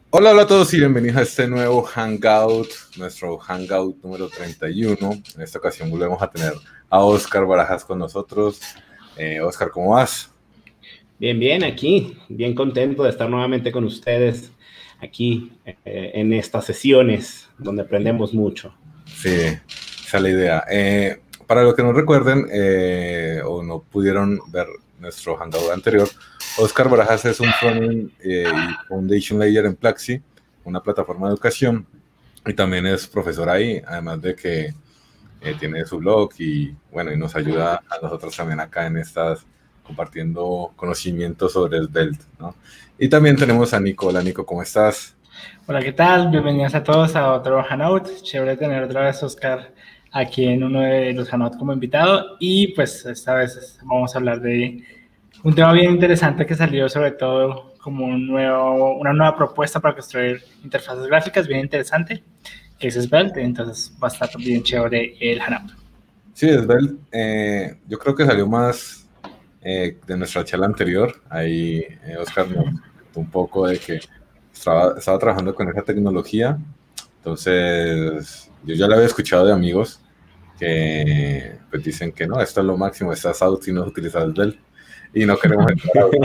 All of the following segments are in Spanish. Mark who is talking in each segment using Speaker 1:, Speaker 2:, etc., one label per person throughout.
Speaker 1: Hola, hola a todos y bienvenidos a este nuevo Hangout, nuestro Hangout número 31. En esta ocasión volvemos a tener a Oscar Barajas con nosotros. Oscar, ¿cómo vas?
Speaker 2: Bien, bien, aquí, bien contento de estar nuevamente con ustedes aquí en estas sesiones donde aprendemos mucho.
Speaker 1: Sí, esa es la idea. Para los que no recuerden o no pudieron ver nuestro Hangout anterior, Oscar Barajas es un frontend y foundation layer en Plaxi, una plataforma de educación, y también es profesor ahí, además de que tiene su blog y bueno, y nos ayuda a nosotros también acá en estas, compartiendo conocimientos sobre Svelte, ¿no? Y también tenemos a Nico. Hola Nico, ¿cómo estás?
Speaker 3: Hola, ¿qué tal? Bienvenidos a todos a otro Hangout. Chévere tener otra vez a Oscar aquí en uno de los Hangout como invitado. Y pues esta vez vamos a hablar de un tema bien interesante que salió sobre todo como una nueva propuesta para construir interfaces gráficas bien interesante, que es Svelte. Entonces va a estar bien chévere el Hangout.
Speaker 1: Sí, Svelte, yo creo que salió más de nuestra charla anterior. Ahí Oscar nos contó un poco de que estaba trabajando con esa tecnología. Entonces, yo ya lo había escuchado de amigos que pues dicen que no, esto es lo máximo, estás out si no utilizas Svelte y no queremos estar out.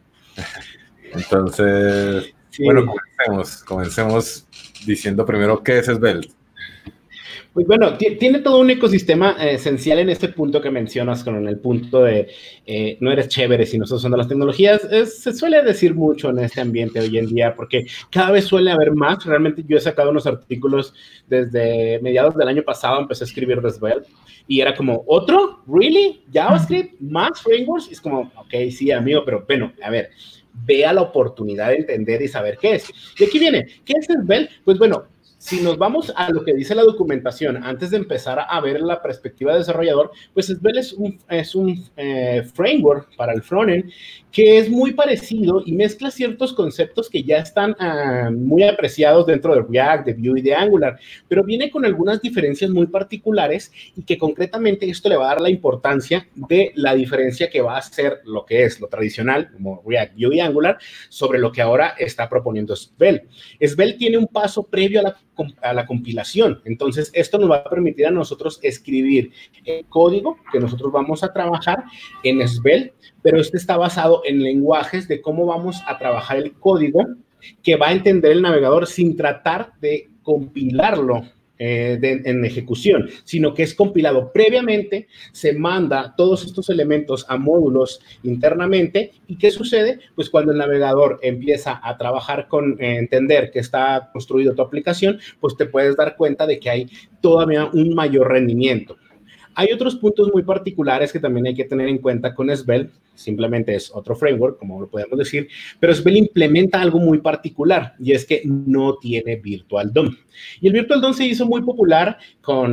Speaker 1: Entonces,
Speaker 2: Sí.
Speaker 1: bueno, comencemos diciendo primero qué es Svelte.
Speaker 2: Pues bueno, tiene todo un ecosistema esencial en este punto que mencionas, con el punto de no eres chévere si no estás usando las tecnologías. Se suele decir mucho en este ambiente hoy en día porque cada vez suele haber más. Realmente yo he sacado unos artículos desde mediados del año pasado, empecé a escribir de Svelte y era como, ¿otro? ¿Really? ¿JavaScript? ¿Más frameworks? Y es como, ok, sí, amigo, pero bueno, a ver, vea la oportunidad de entender y saber qué es. Y aquí viene, ¿qué es Svelte? Pues bueno, si nos vamos a lo que dice la documentación, antes de empezar a ver la perspectiva de desarrollador, pues Svelte es un framework para el frontend que es muy parecido y mezcla ciertos conceptos que ya están muy apreciados dentro de React, de Vue y de Angular, pero viene con algunas diferencias muy particulares y que concretamente esto le va a dar la importancia de la diferencia que va a ser lo que es lo tradicional, como React, Vue y Angular, sobre lo que ahora está proponiendo Svelte. Svelte tiene un paso previo a la compilación. Entonces, esto nos va a permitir a nosotros escribir el código que nosotros vamos a trabajar en Svelte, pero este está basado en lenguajes de cómo vamos a trabajar el código que va a entender el navegador sin tratar de compilarlo en ejecución, sino que es compilado previamente, se manda todos estos elementos a módulos internamente. ¿Y qué sucede? Pues cuando el navegador empieza a trabajar con entender que está construido tu aplicación, pues te puedes dar cuenta de que hay todavía un mayor rendimiento. Hay otros puntos muy particulares que también hay que tener en cuenta con Svelte. Simplemente es otro framework, como lo podemos decir, pero Svelte implementa algo muy particular y es que no tiene Virtual DOM. Y el Virtual DOM se hizo muy popular con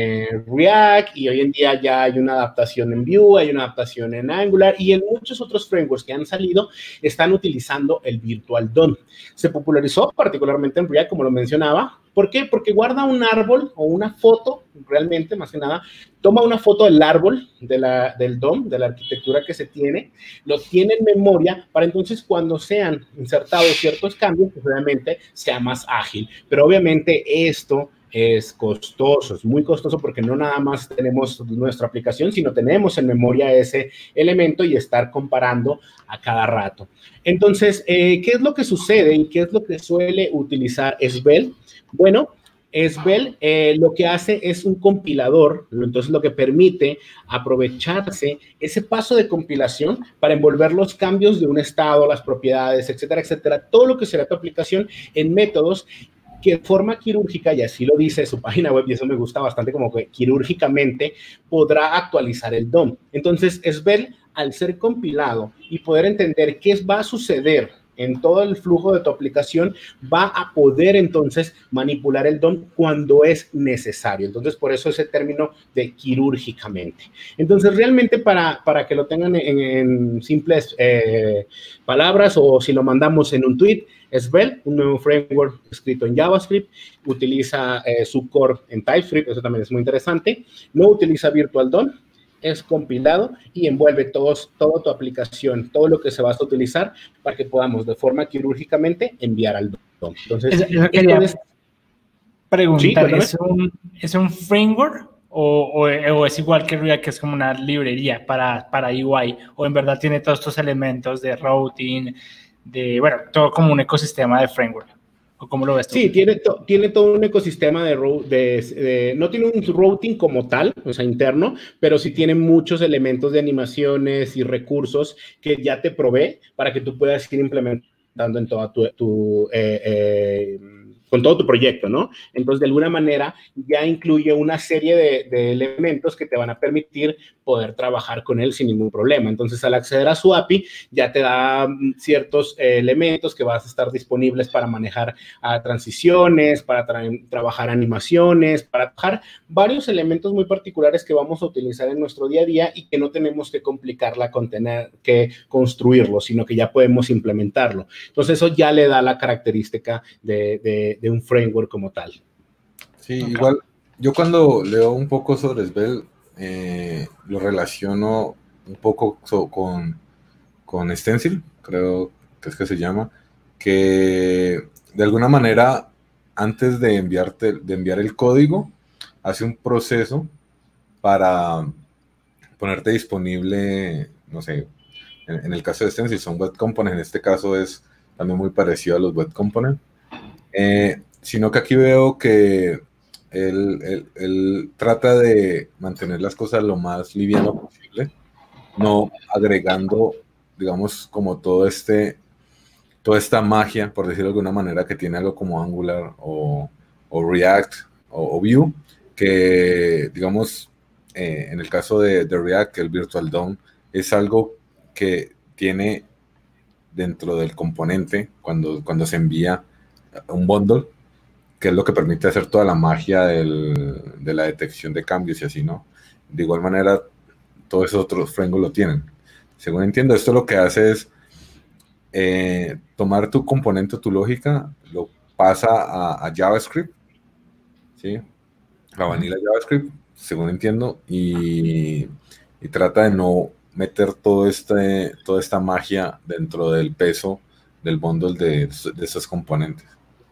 Speaker 2: React y hoy en día ya hay una adaptación en Vue, hay una adaptación en Angular y en muchos otros frameworks que han salido están utilizando el Virtual DOM. Se popularizó particularmente en React, como lo mencionaba. ¿Por qué? Porque guarda un árbol o una foto, realmente, más que nada, toma una foto del árbol, del DOM, de la arquitectura que se tiene, lo tiene en memoria para entonces cuando sean insertados ciertos cambios, pues obviamente sea más ágil. Pero obviamente esto es costoso, es muy costoso porque no nada más tenemos nuestra aplicación, sino tenemos en memoria ese elemento y estar comparando a cada rato. Entonces, ¿qué es lo que sucede y qué es lo que suele utilizar Svelte? Bueno, Svelte lo que hace es un compilador, entonces lo que permite aprovecharse ese paso de compilación para envolver los cambios de un estado, las propiedades, etcétera, etcétera, todo lo que será tu aplicación en métodos que de forma quirúrgica, y así lo dice su página web, y eso me gusta bastante, como que quirúrgicamente podrá actualizar el DOM. Entonces, Svelte, al ser compilado y poder entender qué va a suceder en todo el flujo de tu aplicación, va a poder entonces manipular el DOM cuando es necesario. Entonces, por eso ese término de quirúrgicamente. Entonces, realmente para que lo tengan en simples palabras, o si lo mandamos en un tweet, Svelte, un nuevo framework escrito en JavaScript, utiliza su core en TypeScript, eso también es muy interesante, no utiliza Virtual DOM, es compilado y envuelve toda tu aplicación, todo lo que se va a utilizar para que podamos de forma quirúrgicamente enviar al DOM. Entonces,
Speaker 3: eso quería preguntar, ¿es un framework o es igual que React, que es como una librería para UI, o en verdad tiene todos estos elementos de routing, bueno, todo como un ecosistema de framework? ¿O cómo lo ves tú?
Speaker 2: Sí, tiene todo un ecosistema no tiene un routing como tal, o sea, interno, pero sí tiene muchos elementos de animaciones y recursos que ya te provee para que tú puedas ir implementando en toda con todo tu proyecto, ¿no? Entonces, de alguna manera, ya incluye una serie de elementos que te van a permitir poder trabajar con él sin ningún problema. Entonces, al acceder a su API, ya te da ciertos elementos que vas a estar disponibles para manejar transiciones, para trabajar animaciones, para trabajar varios elementos muy particulares que vamos a utilizar en nuestro día a día y que no tenemos que complicarla con tener que construirlo, sino que ya podemos implementarlo. Entonces, eso ya le da la característica de un framework como tal.
Speaker 1: Sí, okay. Igual, yo cuando leo un poco sobre Svelte, lo relaciono un poco con Stencil, creo que es que se llama, que de alguna manera, antes de enviar el código, hace un proceso para ponerte disponible, no sé, en el caso de Stencil son web components, en este caso es también muy parecido a los web components, sino que aquí veo que él trata de mantener las cosas lo más liviano posible, no agregando, digamos, como toda esta magia, por decirlo de alguna manera, que tiene algo como Angular o React o Vue, que, digamos, en el caso de React, el Virtual DOM es algo que tiene dentro del componente cuando se envía un bundle, que es lo que permite hacer toda la magia de la detección de cambios y así, ¿no? De igual manera, todos esos otros frameworks lo tienen. Según entiendo, esto lo que hace es tomar tu componente, tu lógica, lo pasa a JavaScript, ¿sí? La vanilla JavaScript, según entiendo, y trata de no meter toda esta magia dentro del peso del bundle de esos componentes.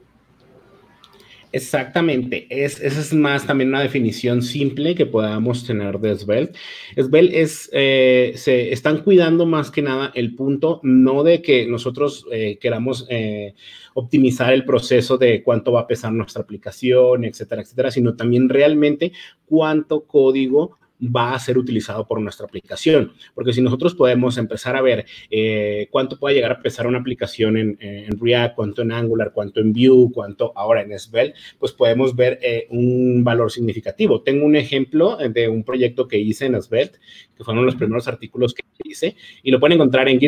Speaker 2: Exactamente, esa es más también una definición simple que podamos tener de Svelte. Svelte se están cuidando más que nada el punto, no de que nosotros queramos optimizar el proceso de cuánto va a pesar nuestra aplicación, etcétera, etcétera, sino también realmente cuánto código va a ser utilizado por nuestra aplicación. Porque si nosotros podemos empezar a ver cuánto puede llegar a pesar una aplicación en React, cuánto en Angular, cuánto en Vue, cuánto ahora en Svelte, pues podemos ver un valor significativo. Tengo un ejemplo de un proyecto que hice en Svelte, que fueron los primeros artículos que hice, y lo pueden encontrar en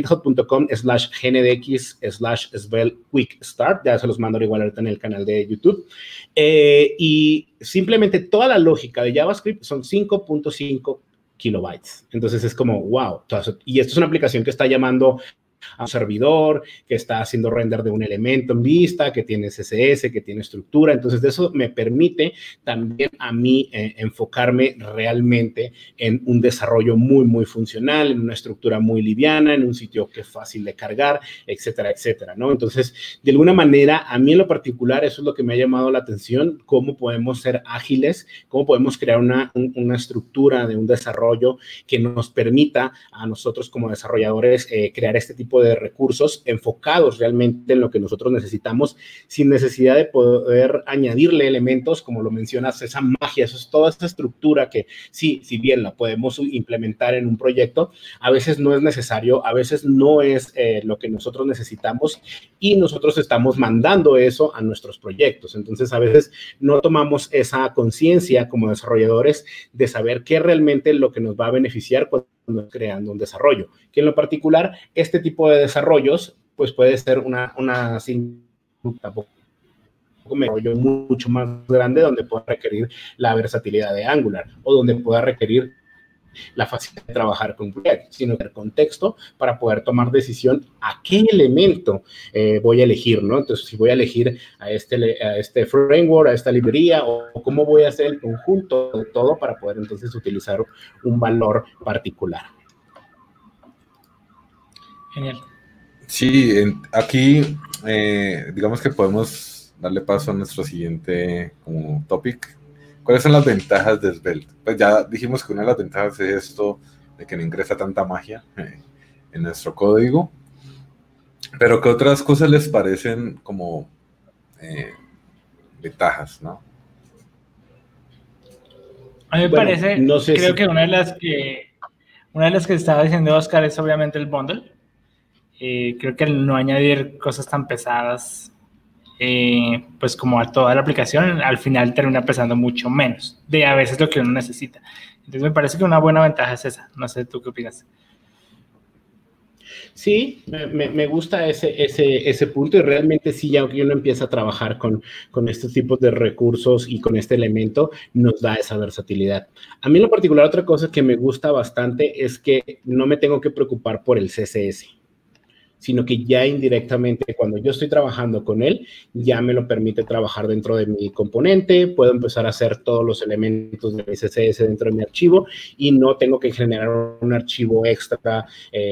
Speaker 2: github.com/gnedx/svelte-quick-start. Ya se los mando igual ahorita en el canal de YouTube. Y simplemente toda la lógica de JavaScript son 5.5 kilobytes. Entonces es como, wow. Y esto es una aplicación que está llamando a un servidor, que está haciendo render de un elemento en vista, que tiene CSS, que tiene estructura. Entonces, de eso me permite también a mí enfocarme realmente en un desarrollo muy, muy funcional, en una estructura muy liviana, en un sitio que es fácil de cargar, etcétera, etcétera, ¿no? Entonces, de alguna manera, a mí en lo particular, eso es lo que me ha llamado la atención, cómo podemos ser ágiles, cómo podemos crear una estructura de un desarrollo que nos permita a nosotros como desarrolladores crear este tipo de recursos enfocados realmente en lo que nosotros necesitamos, sin necesidad de poder añadirle elementos, como lo mencionas, esa magia, eso es toda esa estructura que sí, si bien la podemos implementar en un proyecto, a veces no es necesario, a veces no es lo que nosotros necesitamos y nosotros estamos mandando eso a nuestros proyectos. Entonces, a veces no tomamos esa conciencia como desarrolladores de saber qué realmente es lo que nos va a beneficiar cuando creando un desarrollo, que en lo particular este tipo de desarrollos pues puede ser un desarrollo mucho más grande donde pueda requerir la versatilidad de Angular o donde pueda requerir la facilidad de trabajar con React, sino el contexto para poder tomar decisión a qué elemento voy a elegir, ¿no? Entonces, si voy a elegir a este framework, a esta librería, o cómo voy a hacer el conjunto de todo para poder entonces utilizar un valor particular.
Speaker 3: Genial.
Speaker 1: Sí, aquí digamos que podemos darle paso a nuestro siguiente como topic. ¿Cuáles son las ventajas de Svelte? Pues ya dijimos que una de las ventajas es esto de que no ingresa tanta magia en nuestro código. Pero ¿qué otras cosas les parecen como ventajas, no?
Speaker 3: A mí me
Speaker 2: Bueno,
Speaker 3: parece,
Speaker 2: no sé
Speaker 3: creo
Speaker 2: si...
Speaker 3: que una de las que estaba diciendo Oscar es obviamente el bundle. Creo que el no añadir cosas tan pesadas, pues como a toda la aplicación, al final termina pesando mucho menos de a veces lo que uno necesita. Entonces me parece que una buena ventaja es esa. No sé, ¿tú qué opinas?
Speaker 2: Sí, me gusta ese punto y realmente sí, ya que uno empieza a trabajar con estos tipos de recursos y con este elemento, nos da esa versatilidad. A mí en lo particular, otra cosa que me gusta bastante es que no me tengo que preocupar por el CSS, sino que ya indirectamente cuando yo estoy trabajando con él, ya me lo permite trabajar dentro de mi componente, puedo empezar a hacer todos los elementos de mi CSS dentro de mi archivo y no tengo que generar un archivo extra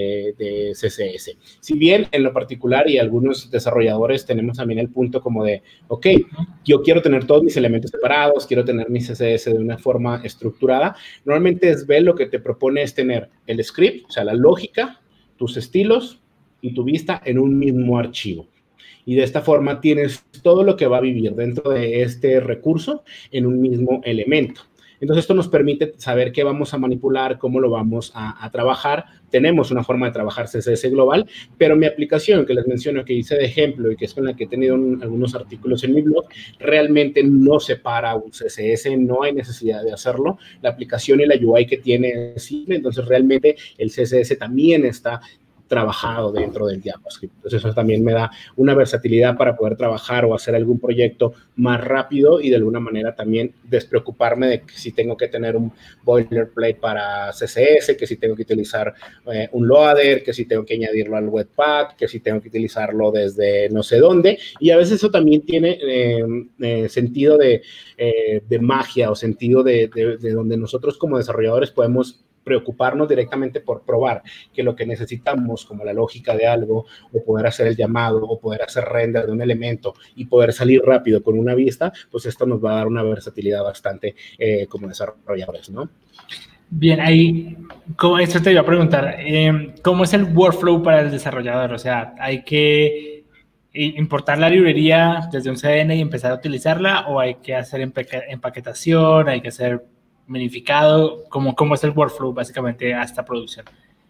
Speaker 2: de CSS. Si bien en lo particular y algunos desarrolladores tenemos también el punto como de, ok, yo quiero tener todos mis elementos separados, quiero tener mi CSS de una forma estructurada, normalmente Svelte lo que te propone es tener el script, o sea, la lógica, tus estilos, y tu vista en un mismo archivo. Y de esta forma tienes todo lo que va a vivir dentro de este recurso en un mismo elemento. Entonces esto nos permite saber qué vamos a manipular, cómo lo vamos a trabajar. Tenemos una forma de trabajar CSS global, pero mi aplicación que les menciono, que hice de ejemplo y que es con la que he tenido algunos artículos en mi blog, realmente no separa un CSS, no hay necesidad de hacerlo. La aplicación y la UI que tiene es simple, entonces realmente el CSS también está trabajado dentro del JavaScript. Entonces eso también me da una versatilidad para poder trabajar o hacer algún proyecto más rápido y de alguna manera también despreocuparme de que si tengo que tener un boilerplate para CSS, que si tengo que utilizar un loader, que si tengo que añadirlo al Webpack, que si tengo que utilizarlo desde no sé dónde. Y a veces eso también tiene sentido de magia o sentido de donde nosotros como desarrolladores podemos preocuparnos directamente por probar que lo que necesitamos, como la lógica de algo, o poder hacer el llamado, o poder hacer render de un elemento y poder salir rápido con una vista, pues esto nos va a dar una versatilidad bastante como desarrolladores, ¿no?
Speaker 3: Bien, ahí, esto te iba a preguntar, ¿cómo es el workflow para el desarrollador? O sea, ¿hay que importar la librería desde un CDN y empezar a utilizarla, o hay que hacer empaquetación, hay que hacer minificado? ¿Cómo es el workflow básicamente hasta producción?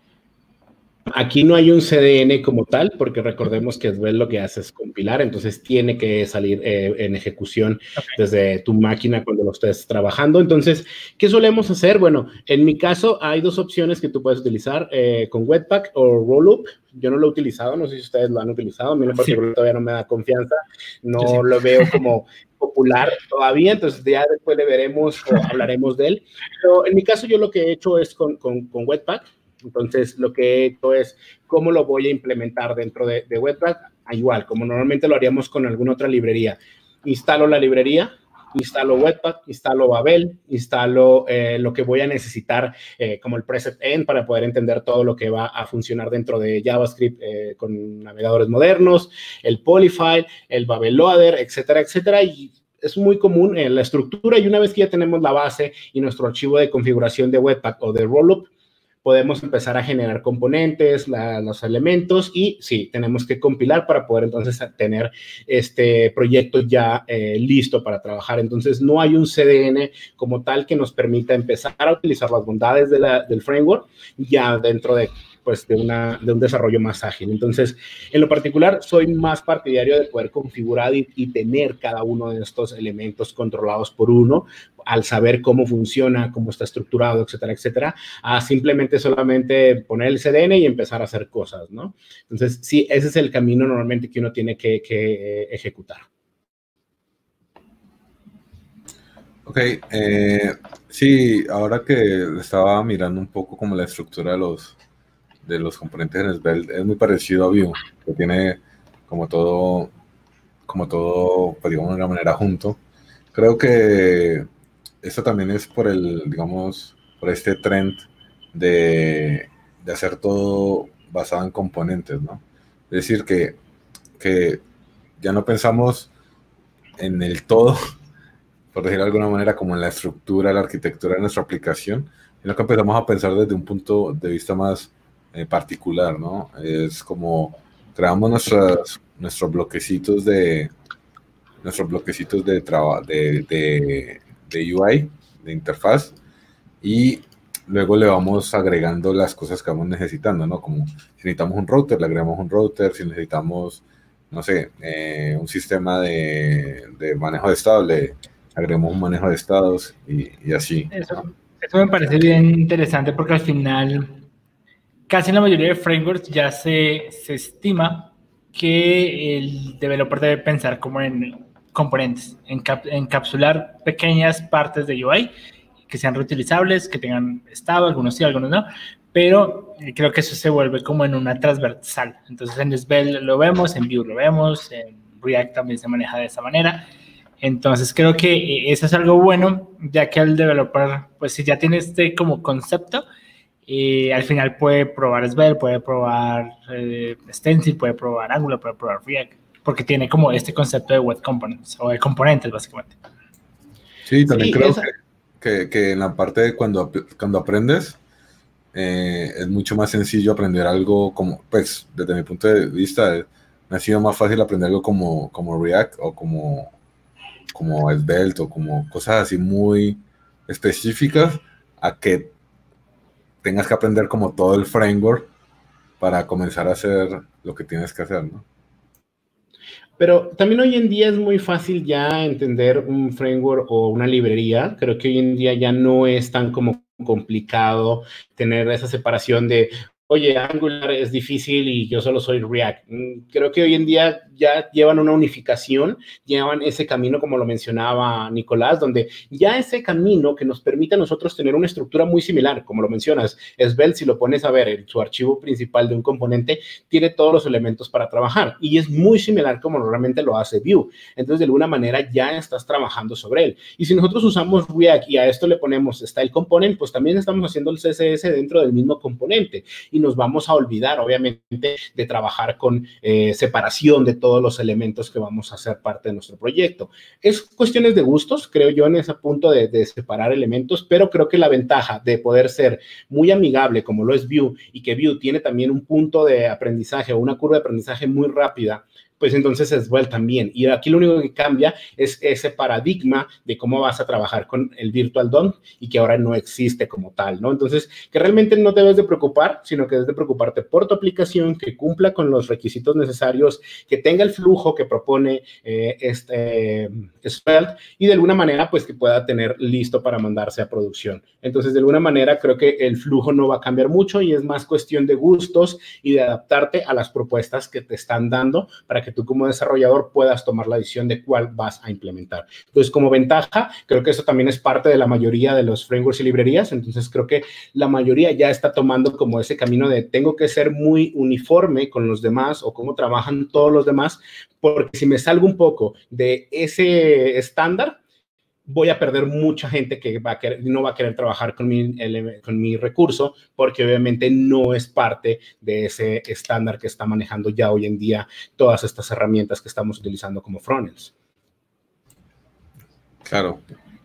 Speaker 2: Aquí no hay un CDN como tal, porque recordemos que Svelte lo que hace es compilar, entonces tiene que salir en ejecución desde tu máquina cuando lo estés trabajando. Entonces, ¿qué solemos hacer? Bueno, en mi caso hay dos opciones que tú puedes utilizar, con Webpack o Rollup. Yo no lo he utilizado, no sé si ustedes lo han utilizado, a mí en particular todavía no me da confianza, no lo veo como popular todavía, entonces ya después le veremos o hablaremos de él. Pero en mi caso yo lo que he hecho es con Webpack. Entonces, lo que he hecho es cómo lo voy a implementar dentro de Webpack. Igual, como normalmente lo haríamos con alguna otra librería. Instalo la librería, instalo Webpack, instalo Babel, instalo lo que voy a necesitar como el preset end para poder entender todo lo que va a funcionar dentro de JavaScript con navegadores modernos, el Polyfile, el Babel Loader, etcétera, etcétera. Y es muy común en la estructura, y una vez que ya tenemos la base y nuestro archivo de configuración de Webpack o de Rollup, podemos empezar a generar componentes, los elementos, y sí, tenemos que compilar para poder entonces tener este proyecto ya listo para trabajar. Entonces, no hay un CDN como tal que nos permita empezar a utilizar las bondades del framework ya dentro de un desarrollo más ágil. Entonces, en lo particular, soy más partidario de poder configurar y tener cada uno de estos elementos controlados por uno, al saber cómo funciona, cómo está estructurado, etcétera, etcétera, a simplemente solamente poner el CDN y empezar a hacer cosas, ¿no? Entonces, sí, ese es el camino normalmente que uno tiene que ejecutar.
Speaker 1: Ok, sí, ahora que estaba mirando un poco como la estructura de los componentes en Svelte, es muy parecido a Vue, que tiene como todo, pues digamos de una manera junto. Creo que esto también es por digamos, por este trend de hacer todo basado en componentes, ¿no? Es decir, que ya no pensamos en el todo, por decirlo de alguna manera, como en la estructura, la arquitectura de nuestra aplicación, sino que empezamos a pensar desde un punto de vista más particular, ¿no? Es como creamos nuestros bloquecitos de de UI, de interfaz, y luego le vamos agregando las cosas que vamos necesitando, ¿no? Como si necesitamos un router, le agregamos un router. Si necesitamos, no sé, un sistema de manejo de estados, le agregamos un manejo de estados y así.
Speaker 3: Eso me parece bien interesante porque al final, casi en la mayoría de frameworks ya se estima que el developer debe pensar como en componentes, encapsular pequeñas partes de UI que sean reutilizables, que tengan estado, algunos sí, algunos no, pero creo que eso se vuelve como en una transversal. Entonces en Svelte lo vemos, en Vue lo vemos, en React también se maneja de esa manera. Entonces creo que eso es algo bueno, ya que el developer, pues si ya tiene este como concepto, al final puede probar Svelte, puede probar Stencil, puede probar Angular, puede probar React, porque tiene como este concepto de web components, o de componentes básicamente.
Speaker 1: Sí, también creo que en la parte de cuando aprendes, es mucho más sencillo aprender algo como, pues desde mi punto de vista, me ha sido más fácil aprender algo como React o como Svelte o como cosas así muy específicas, a que tengas que aprender como todo el framework para comenzar a hacer lo que tienes que hacer, ¿no?
Speaker 2: Pero también hoy en día es muy fácil ya entender un framework o una librería. Creo que hoy en día ya no es tan como complicado tener esa separación de, oye, Angular es difícil y yo solo soy React. Creo que hoy en día ya llevan una unificación, llevan ese camino, como lo mencionaba Nicolás, donde ya ese camino que nos permite a nosotros tener una estructura muy similar, como lo mencionas, Svelte, si lo pones a ver en su archivo principal de un componente, tiene todos los elementos para trabajar y es muy similar como realmente lo hace Vue. Entonces, de alguna manera ya estás trabajando sobre él. Y si nosotros usamos React y a esto le ponemos Style Component, pues también estamos haciendo el CSS dentro del mismo componente y nos vamos a olvidar, obviamente, de trabajar con separación de todos los elementos que vamos a hacer parte de nuestro proyecto. Es cuestiones de gustos, creo yo, en ese punto de separar elementos, pero creo que la ventaja de poder ser muy amigable, como lo es Vue, y que Vue tiene también un punto de aprendizaje o una curva de aprendizaje muy rápida, pues entonces es Svelte también. Y aquí lo único que cambia es ese paradigma de cómo vas a trabajar con el Virtual DOM y que ahora no existe como tal, ¿no? Entonces, que realmente no te debes de preocupar, sino que debes de preocuparte por tu aplicación, que cumpla con los requisitos necesarios, que tenga el flujo que propone Svelte y de alguna manera, pues que pueda tener listo para mandarse a producción. Entonces, de alguna manera, creo que el flujo no va a cambiar mucho y es más cuestión de gustos y de adaptarte a las propuestas que te están dando para que tú como desarrollador puedas tomar la decisión de cuál vas a implementar. Entonces, como ventaja, creo que eso también es parte de la mayoría de los frameworks y librerías. Entonces, creo que la mayoría ya está tomando como ese camino de tengo que ser muy uniforme con los demás o cómo trabajan todos los demás, porque si me salgo un poco de ese estándar, voy a perder mucha gente que no va a querer trabajar con mi recurso, porque obviamente no es parte de ese estándar que está manejando ya hoy en día todas estas herramientas que estamos utilizando como frontends.
Speaker 1: Claro.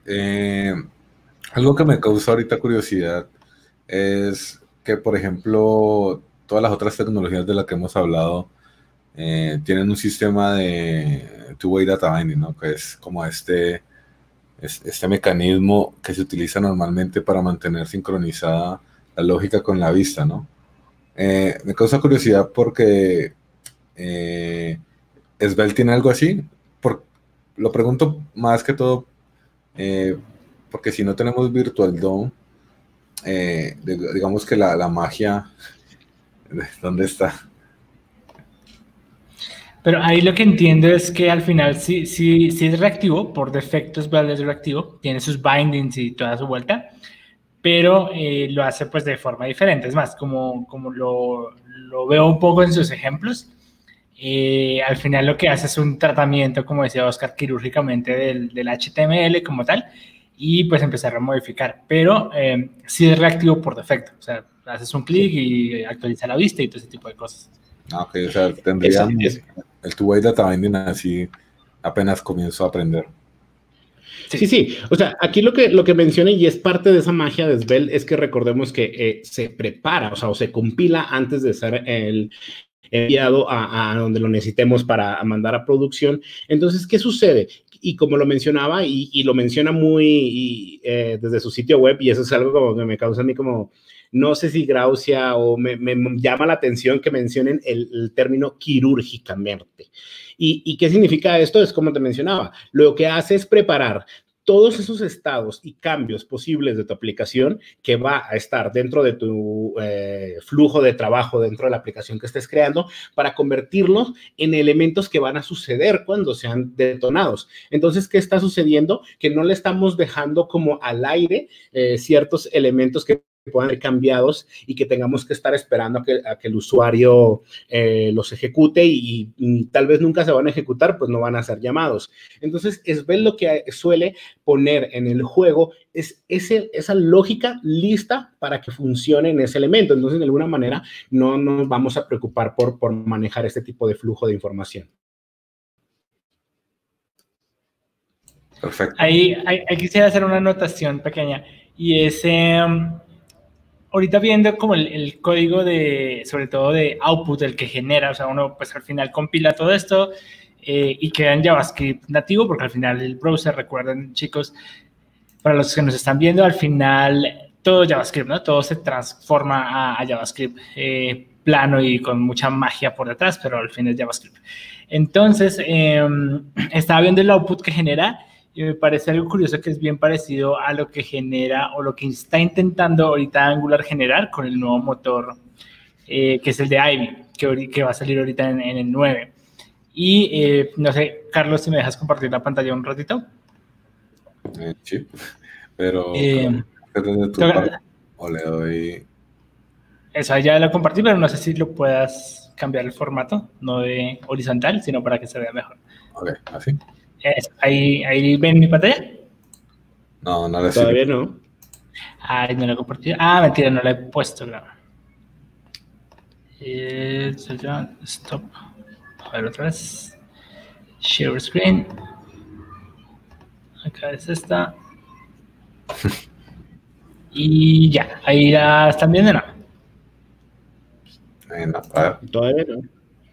Speaker 1: Algo que me causa ahorita curiosidad es que, por ejemplo, todas las otras tecnologías de las que hemos hablado tienen un sistema de two-way data binding, ¿no? Que es como este mecanismo que se utiliza normalmente para mantener sincronizada la lógica con la vista, ¿no? Me causa curiosidad porque Svelte tiene algo así. Lo pregunto más que todo porque si no tenemos Virtual DOM, digamos que la magia, ¿dónde está?
Speaker 3: Pero ahí lo que entiendo es que al final sí es reactivo, por defecto Svelte es reactivo, tiene sus bindings y toda su vuelta, pero lo hace pues de forma diferente. Es más, como lo veo un poco en sus ejemplos, al final lo que hace es un tratamiento, como decía Oscar, quirúrgicamente del HTML como tal, y pues empezar a modificar, pero sí es reactivo por defecto, o sea, haces un clic y actualiza la vista y todo ese tipo de cosas.
Speaker 1: Ok, o sea, tendrían el two-way data binding así apenas comienzo a aprender.
Speaker 2: Sí. O sea, aquí lo que menciona y es parte de esa magia de Svelte es que recordemos que se prepara, o sea, o se compila antes de ser enviado a donde lo necesitemos para mandar a producción. Entonces, ¿qué sucede? Y como lo mencionaba, y lo menciona muy desde su sitio web, y eso es algo como que me causa a mí como, no sé si Grausia o me llama la atención que mencionen el término quirúrgicamente. ¿Y qué significa esto? Es como te mencionaba, lo que hace es preparar todos esos estados y cambios posibles de tu aplicación que va a estar dentro de tu flujo de trabajo, dentro de la aplicación que estés creando, para convertirlos en elementos que van a suceder cuando sean detonados. Entonces, ¿qué está sucediendo? Que no le estamos dejando como al aire ciertos elementos que puedan ser cambiados y que tengamos que estar esperando a que el usuario los ejecute y tal vez nunca se van a ejecutar, pues no van a ser llamados. Entonces, Svelte lo que suele poner en el juego es esa lógica lista para que funcione en ese elemento. Entonces, de alguna manera, no nos vamos a preocupar por manejar este tipo de flujo de información.
Speaker 1: Perfecto.
Speaker 3: Ahí quisiera hacer una anotación pequeña, y es, ahorita viendo como el código sobre todo de output, el que genera, o sea, uno pues al final compila todo esto y queda en JavaScript nativo, porque al final el browser, recuerden chicos, para los que nos están viendo, al final todo JavaScript, ¿no? Todo se transforma a JavaScript plano y con mucha magia por detrás, pero al fin es JavaScript. Entonces, estaba viendo el output que genera y me parece algo curioso que es bien parecido a lo que genera o lo que está intentando ahorita Angular generar con el nuevo motor que es el de Ivy, que va a salir ahorita en el 9. Y no sé, Carlos, si me dejas compartir la pantalla un ratito.
Speaker 1: Sí, pero o le doy...
Speaker 3: Eso, ya lo compartí, pero no sé si lo puedas cambiar el formato, no de horizontal, sino para que se vea mejor.
Speaker 1: Ok, así.
Speaker 3: ¿Ahí ven mi pantalla?
Speaker 1: No le
Speaker 2: Todavía no.
Speaker 3: Ay, no lo he compartido. Ah, mentira, no lo he puesto, claro. Stop. A ver, otra vez. Share screen. Acá es esta. Y ya, ahí la están viendo, ¿no?
Speaker 2: Todavía no.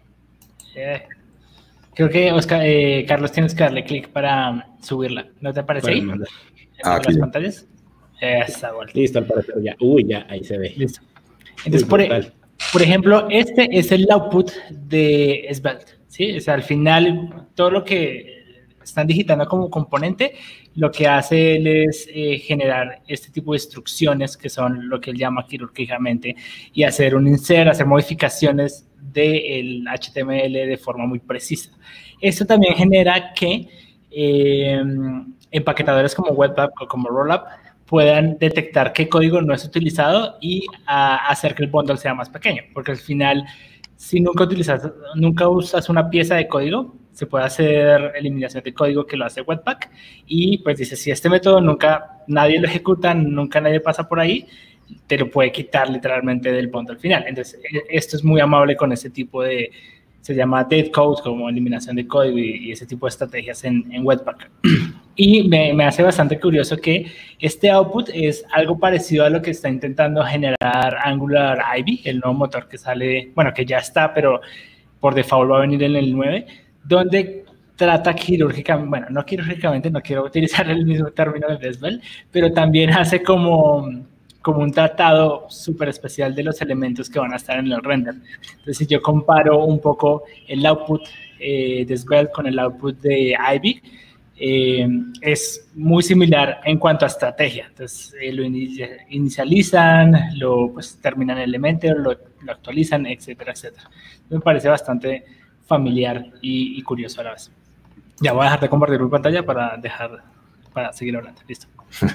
Speaker 3: Creo que, Oscar, Carlos, tienes que darle clic para subirla. ¿No te aparece ahí? ¿En las pantallas? Esa vuelta.
Speaker 2: Listo, al parecer ya. Uy, ya, ahí se ve.
Speaker 3: Listo. Entonces, por ejemplo, este es el output de Svelte, ¿sí? O sea, al final, todo lo que están digitando como componente, lo que hace él es generar este tipo de instrucciones que son lo que él llama quirúrgicamente y hacer un insert, hacer modificaciones del HTML de forma muy precisa. Esto también genera que empaquetadores como Webpack o como Rollup puedan detectar qué código no es utilizado y hacer que el bundle sea más pequeño, porque al final, si nunca usas una pieza de código, se puede hacer eliminación de código que lo hace Webpack y pues dice, si este método nunca nadie lo ejecuta, nunca nadie pasa por ahí, te lo puede quitar literalmente del bundle final. Entonces, esto es muy amable con ese tipo de, se llama dead code, como eliminación de código y ese tipo de estrategias en Webpack. Y me hace bastante curioso que este output es algo parecido a lo que está intentando generar Angular Ivy, el nuevo motor que sale, bueno, que ya está, pero por default va a venir en el 9, donde trata quirúrgicamente, bueno, no quirúrgicamente, no quiero utilizar el mismo término de Svelte, pero también hace como un tratado súper especial de los elementos que van a estar en el render. Entonces, si yo comparo un poco el output de Svelte con el output de Ivy, es muy similar en cuanto a estrategia. Entonces, lo inicializan, pues, terminan el elemento, lo actualizan, etcétera, etcétera. Me parece bastante familiar y curioso a la vez. Ya voy a dejar de compartir mi pantalla para seguir hablando. Listo.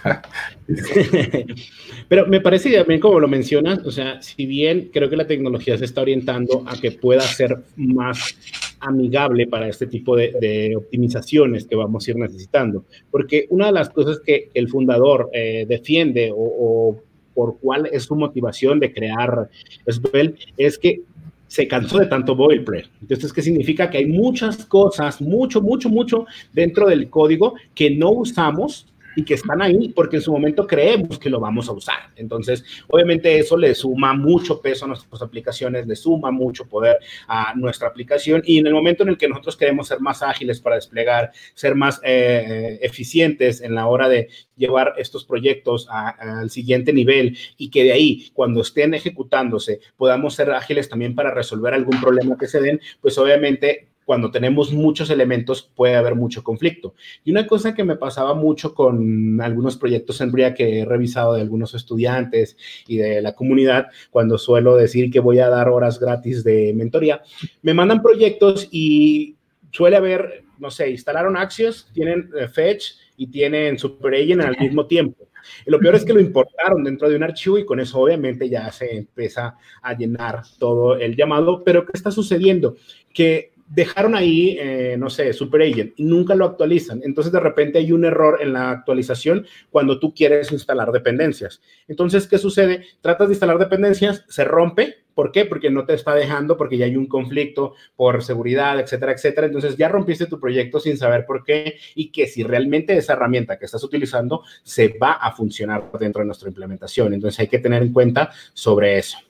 Speaker 2: Pero me parece también, como lo mencionas, o sea, si bien creo que la tecnología se está orientando a que pueda ser más amigable para este tipo de optimizaciones que vamos a ir necesitando, porque una de las cosas que el fundador defiende o por cuál es su motivación de crear Svelte es que se cansó de tanto boilerplate. Entonces, ¿qué significa? Que hay muchas cosas, mucho dentro del código que no usamos y que están ahí porque en su momento creemos que lo vamos a usar. Entonces, obviamente eso le suma mucho peso a nuestras aplicaciones, le suma mucho poder a nuestra aplicación, y en el momento en el que nosotros queremos ser más ágiles para desplegar, ser más eficientes en la hora de llevar estos proyectos al siguiente nivel, y que de ahí, cuando estén ejecutándose, podamos ser ágiles también para resolver algún problema que se den, pues obviamente cuando tenemos muchos elementos puede haber mucho conflicto. Y una cosa que me pasaba mucho con algunos proyectos en RIA que he revisado de algunos estudiantes y de la comunidad, cuando suelo decir que voy a dar horas gratis de mentoría, me mandan proyectos y suele haber, no sé, instalaron Axios, tienen Fetch y tienen SuperAgent al mismo tiempo. Y lo peor es que lo importaron dentro de un archivo y con eso obviamente ya se empieza a llenar todo el llamado. Pero ¿qué está sucediendo? Que dejaron ahí, no sé, SuperAgent y nunca lo actualizan. Entonces, de repente hay un error en la actualización cuando tú quieres instalar dependencias. Entonces, ¿qué sucede? Tratas de instalar dependencias, se rompe. ¿Por qué? Porque no te está dejando, porque ya hay un conflicto por seguridad, etcétera, etcétera. Entonces, ya rompiste tu proyecto sin saber por qué y que si realmente esa herramienta que estás utilizando se va a funcionar dentro de nuestra implementación. Entonces, hay que tener en cuenta sobre eso.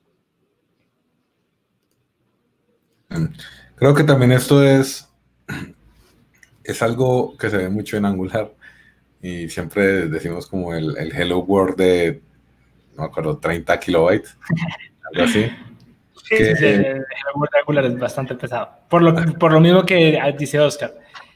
Speaker 1: Creo que también esto es algo que se ve mucho en Angular y siempre decimos como el hello world de, no me acuerdo, 30 kilobytes, algo así.
Speaker 3: Sí, el hello world de Angular es bastante pesado. Por lo mismo que dice Oscar,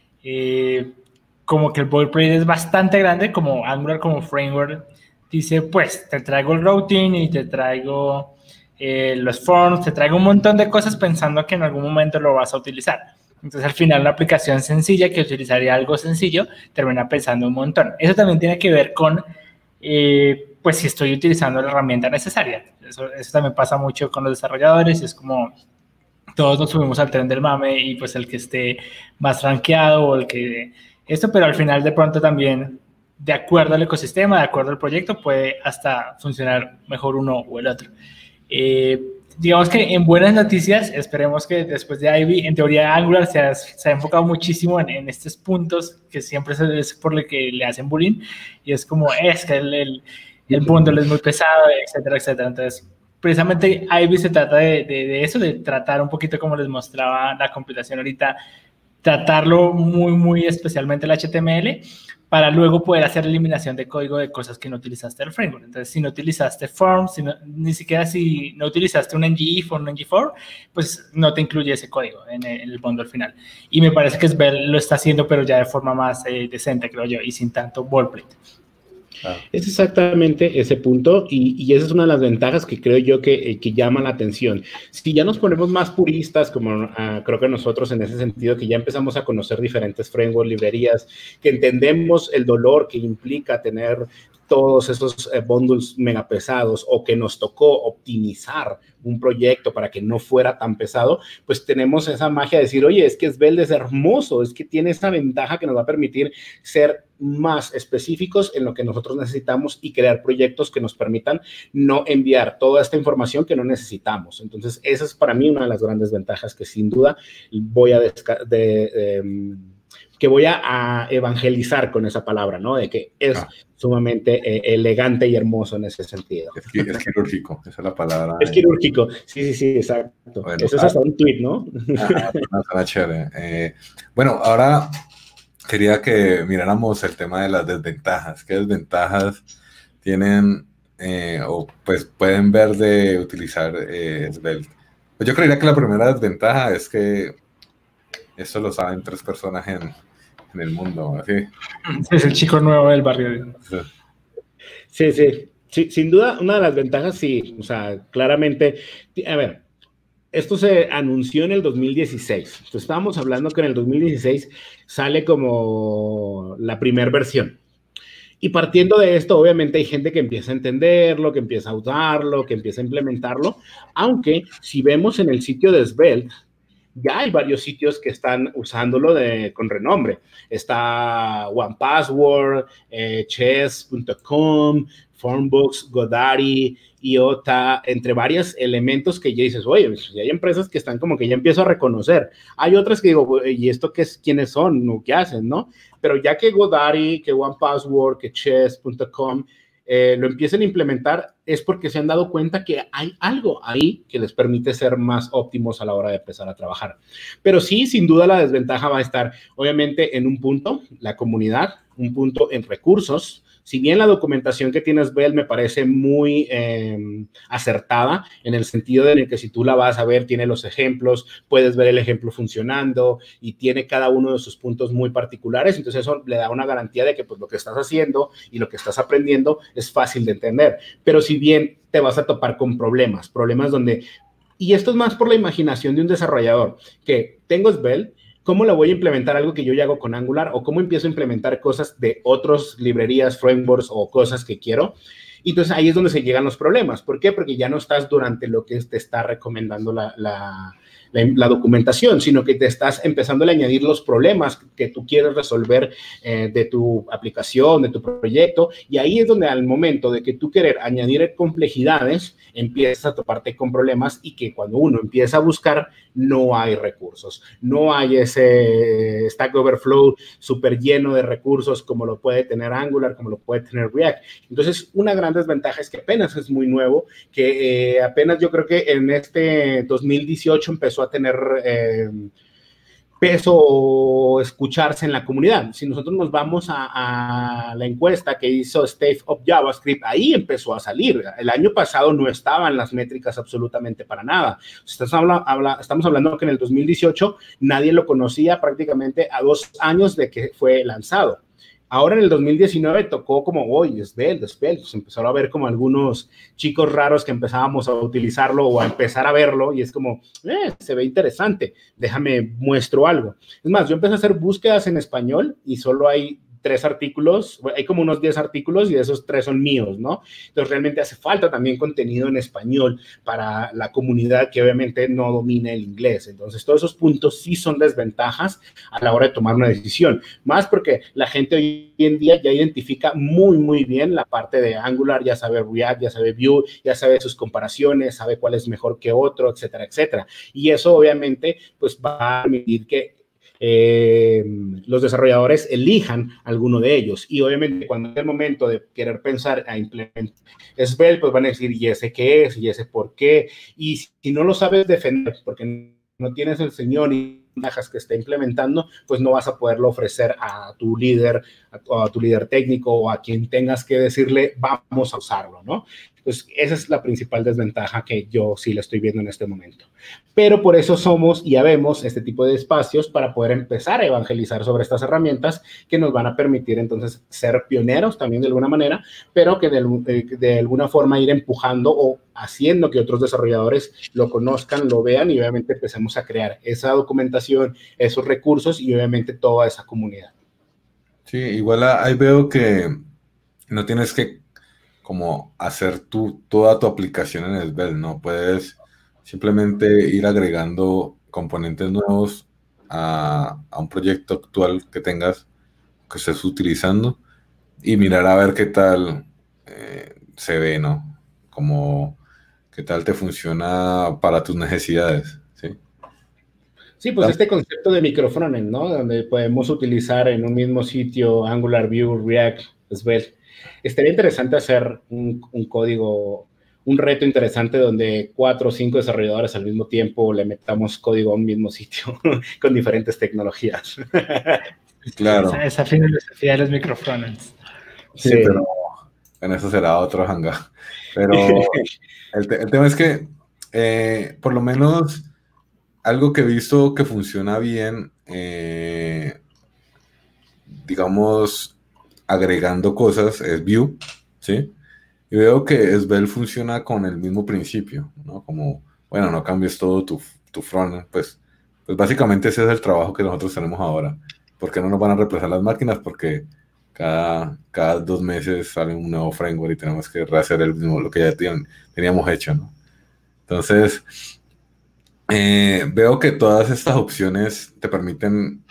Speaker 3: como que el boilerplate es bastante grande, como Angular como framework dice, pues te traigo el routing y te traigo los forms, te traigo un montón de cosas pensando que en algún momento lo vas a utilizar. Entonces, al final, una aplicación sencilla que utilizaría algo sencillo termina pensando un montón. Eso también tiene que ver con, pues, si estoy utilizando la herramienta necesaria. Eso también pasa mucho con los desarrolladores. Es como todos nos subimos al tren del mame y, pues, el que esté más rankeado o el que... Esto, pero al final, de pronto, también, de acuerdo al ecosistema, de acuerdo al proyecto, puede hasta funcionar mejor uno o el otro. Digamos que en buenas noticias, esperemos que después de Ivy, en teoría Angular se ha enfocado muchísimo en estos puntos que siempre es por lo que le hacen bullying, y es como, es que el bundle es muy pesado, etcétera, etcétera. Entonces, precisamente Ivy se trata de eso, de tratar un poquito como les mostraba la compilación ahorita, tratarlo muy especialmente el HTML, para luego poder hacer eliminación de código de cosas que no utilizaste el framework. Entonces, si no utilizaste forms, ni siquiera si no utilizaste un ngIf o un ngFor, pues no te incluye ese código en el bundle final. Y me parece que Svelte lo está haciendo, pero ya de forma más decente, creo yo, y sin tanto boilerplate.
Speaker 2: Es exactamente ese punto, y esa es una de las ventajas que creo yo que llama la atención. Si ya nos ponemos más puristas, como creo que nosotros en ese sentido, que ya empezamos a conocer diferentes frameworks, librerías, que entendemos el dolor que implica tener todos esos bundles mega pesados, o que nos tocó optimizar un proyecto para que no fuera tan pesado, pues tenemos esa magia de decir, oye, es que Svelte es hermoso, es que tiene esa ventaja que nos va a permitir ser más específicos en lo que nosotros necesitamos y crear proyectos que nos permitan no enviar toda esta información que no necesitamos. Entonces, esa es para mí una de las grandes ventajas que sin duda voy a evangelizar con esa palabra, ¿no? De que es sumamente elegante y hermoso en ese sentido.
Speaker 1: Es quirúrgico, esa es la palabra.
Speaker 2: Es quirúrgico, sí, exacto. Bueno, eso es hasta un tweet, ¿no?
Speaker 1: Suena chévere. Bueno, ahora quería que miráramos el tema de las desventajas. ¿Qué desventajas tienen o pues pueden ver de utilizar Svelte? Pues yo creería que la primera desventaja es que esto lo saben 3 personas en el mundo, ¿sí?
Speaker 3: Es el chico nuevo del barrio.
Speaker 2: Sí, sin duda, una de las ventajas, sí, o sea, claramente, a ver, esto se anunció en el 2016, entonces estábamos hablando que en el 2016 sale como la primera versión. Y partiendo de esto, obviamente hay gente que empieza a entenderlo, que empieza a usarlo, que empieza a implementarlo, aunque si vemos en el sitio de Svelte, ya hay varios sitios que están usándolo con renombre. Está OnePassword, chess.com, Formbox, Godaddy y está entre varios elementos que ya dices, oye, pues, hay empresas que están como que ya empiezo a reconocer. Hay otras que digo, ¿y esto qué es? ¿Quiénes son? ¿Qué hacen? ¿No? Pero ya que GoDaddy, que OnePassword, que Chess.com lo empiecen a implementar, es porque se han dado cuenta que hay algo ahí que les permite ser más óptimos a la hora de empezar a trabajar. Pero sí, sin duda la desventaja va a estar, obviamente, en un punto, la comunidad, un punto en recursos. Si bien la documentación que tienes, Bell, me parece muy acertada, en el sentido de que si tú la vas a ver, tiene los ejemplos, puedes ver el ejemplo funcionando y tiene cada uno de sus puntos muy particulares, entonces eso le da una garantía de que pues, lo que estás haciendo y lo que estás aprendiendo es fácil de entender. Pero si bien te vas a topar con problemas donde, y esto es más por la imaginación de un desarrollador, que tengo Svelte, ¿cómo la voy a implementar algo que yo ya hago con Angular? ¿O cómo empiezo a implementar cosas de otras librerías, frameworks o cosas que quiero? Y entonces ahí es donde se llegan los problemas. ¿Por qué? Porque ya no estás durante lo que te está recomendando la documentación, sino que te estás empezando a añadir los problemas que tú quieres resolver de tu aplicación, de tu proyecto, y ahí es donde al momento de que tú querer añadir complejidades, empiezas a toparte con problemas y que cuando uno empieza a buscar, no hay recursos, no hay ese Stack Overflow súper lleno de recursos como lo puede tener Angular, como lo puede tener React. Entonces, una gran desventaja es que apenas es muy nuevo, que apenas yo creo que en este 2018 empezó a tener peso o escucharse en la comunidad. Si nosotros nos vamos a la encuesta que hizo State of JavaScript, ahí empezó a salir. El año pasado no estaban las métricas absolutamente para nada. Estamos hablando que en el 2018 nadie lo conocía prácticamente a 2 años de que fue lanzado. Ahora en el 2019 tocó como, oye, Svelte, pues empezaron a ver como algunos chicos raros que empezábamos a utilizarlo o a empezar a verlo y es como, se ve interesante, déjame muestro algo. Es más, yo empecé a hacer búsquedas en español y solo hay 3 artículos, hay como unos 10 artículos y de esos 3 son míos, ¿no? Entonces realmente hace falta también contenido en español para la comunidad que obviamente no domina el inglés. Entonces todos esos puntos sí son desventajas a la hora de tomar una decisión, más porque la gente hoy en día ya identifica muy, muy bien la parte de Angular, ya sabe React, ya sabe Vue, ya sabe sus comparaciones, sabe cuál es mejor que otro, etcétera, etcétera. Y eso obviamente pues va a permitir que los desarrolladores elijan alguno de ellos. Y obviamente cuando es el momento de querer pensar a implementar Svelte, pues van a decir, ¿y ese qué es? ¿Y ese por qué? Y si no lo sabes defender, porque no tienes el señor y ventajas que está implementando, pues no vas a poderlo ofrecer a tu líder, a tu líder técnico o a quien tengas que decirle, vamos a usarlo, ¿no? Pues esa es la principal desventaja que yo sí le estoy viendo en este momento. Pero por eso somos y habemos este tipo de espacios para poder empezar a evangelizar sobre estas herramientas que nos van a permitir entonces ser pioneros también de alguna manera, pero que de alguna forma ir empujando o haciendo que otros desarrolladores lo conozcan, lo vean y obviamente empecemos a crear esa documentación, esos recursos y obviamente toda esa comunidad.
Speaker 1: Sí, igual ahí veo que no tienes que como hacer toda tu aplicación en Svelte, ¿no? Puedes simplemente ir agregando componentes nuevos a un proyecto actual que tengas, que estés utilizando, y mirar a ver qué tal se ve, ¿no? Como qué tal te funciona para tus necesidades, ¿sí?
Speaker 2: Sí, pues este concepto de microfrontend, ¿no? Donde podemos utilizar en un mismo sitio Angular, Vue, React, Svelte. Estaría interesante hacer un código, un reto interesante donde 4 o 5 desarrolladores al mismo tiempo le metamos código a un mismo sitio con diferentes tecnologías.
Speaker 1: Claro.
Speaker 3: Esa filosofía de los microfrontends.
Speaker 1: Sí, pero en eso será otro hangar. Pero el tema es que, por lo menos, algo que he visto que funciona bien, digamos, agregando cosas, es Vue, ¿sí? Y veo que Svelte funciona con el mismo principio, ¿no? Como, bueno, no cambies todo tu frontend, pues básicamente ese es el trabajo que nosotros tenemos ahora. Porque no nos van a reemplazar las máquinas, porque cada 2 meses sale un nuevo framework y tenemos que rehacer lo que ya teníamos hecho, ¿no? Entonces, veo que todas estas opciones te permiten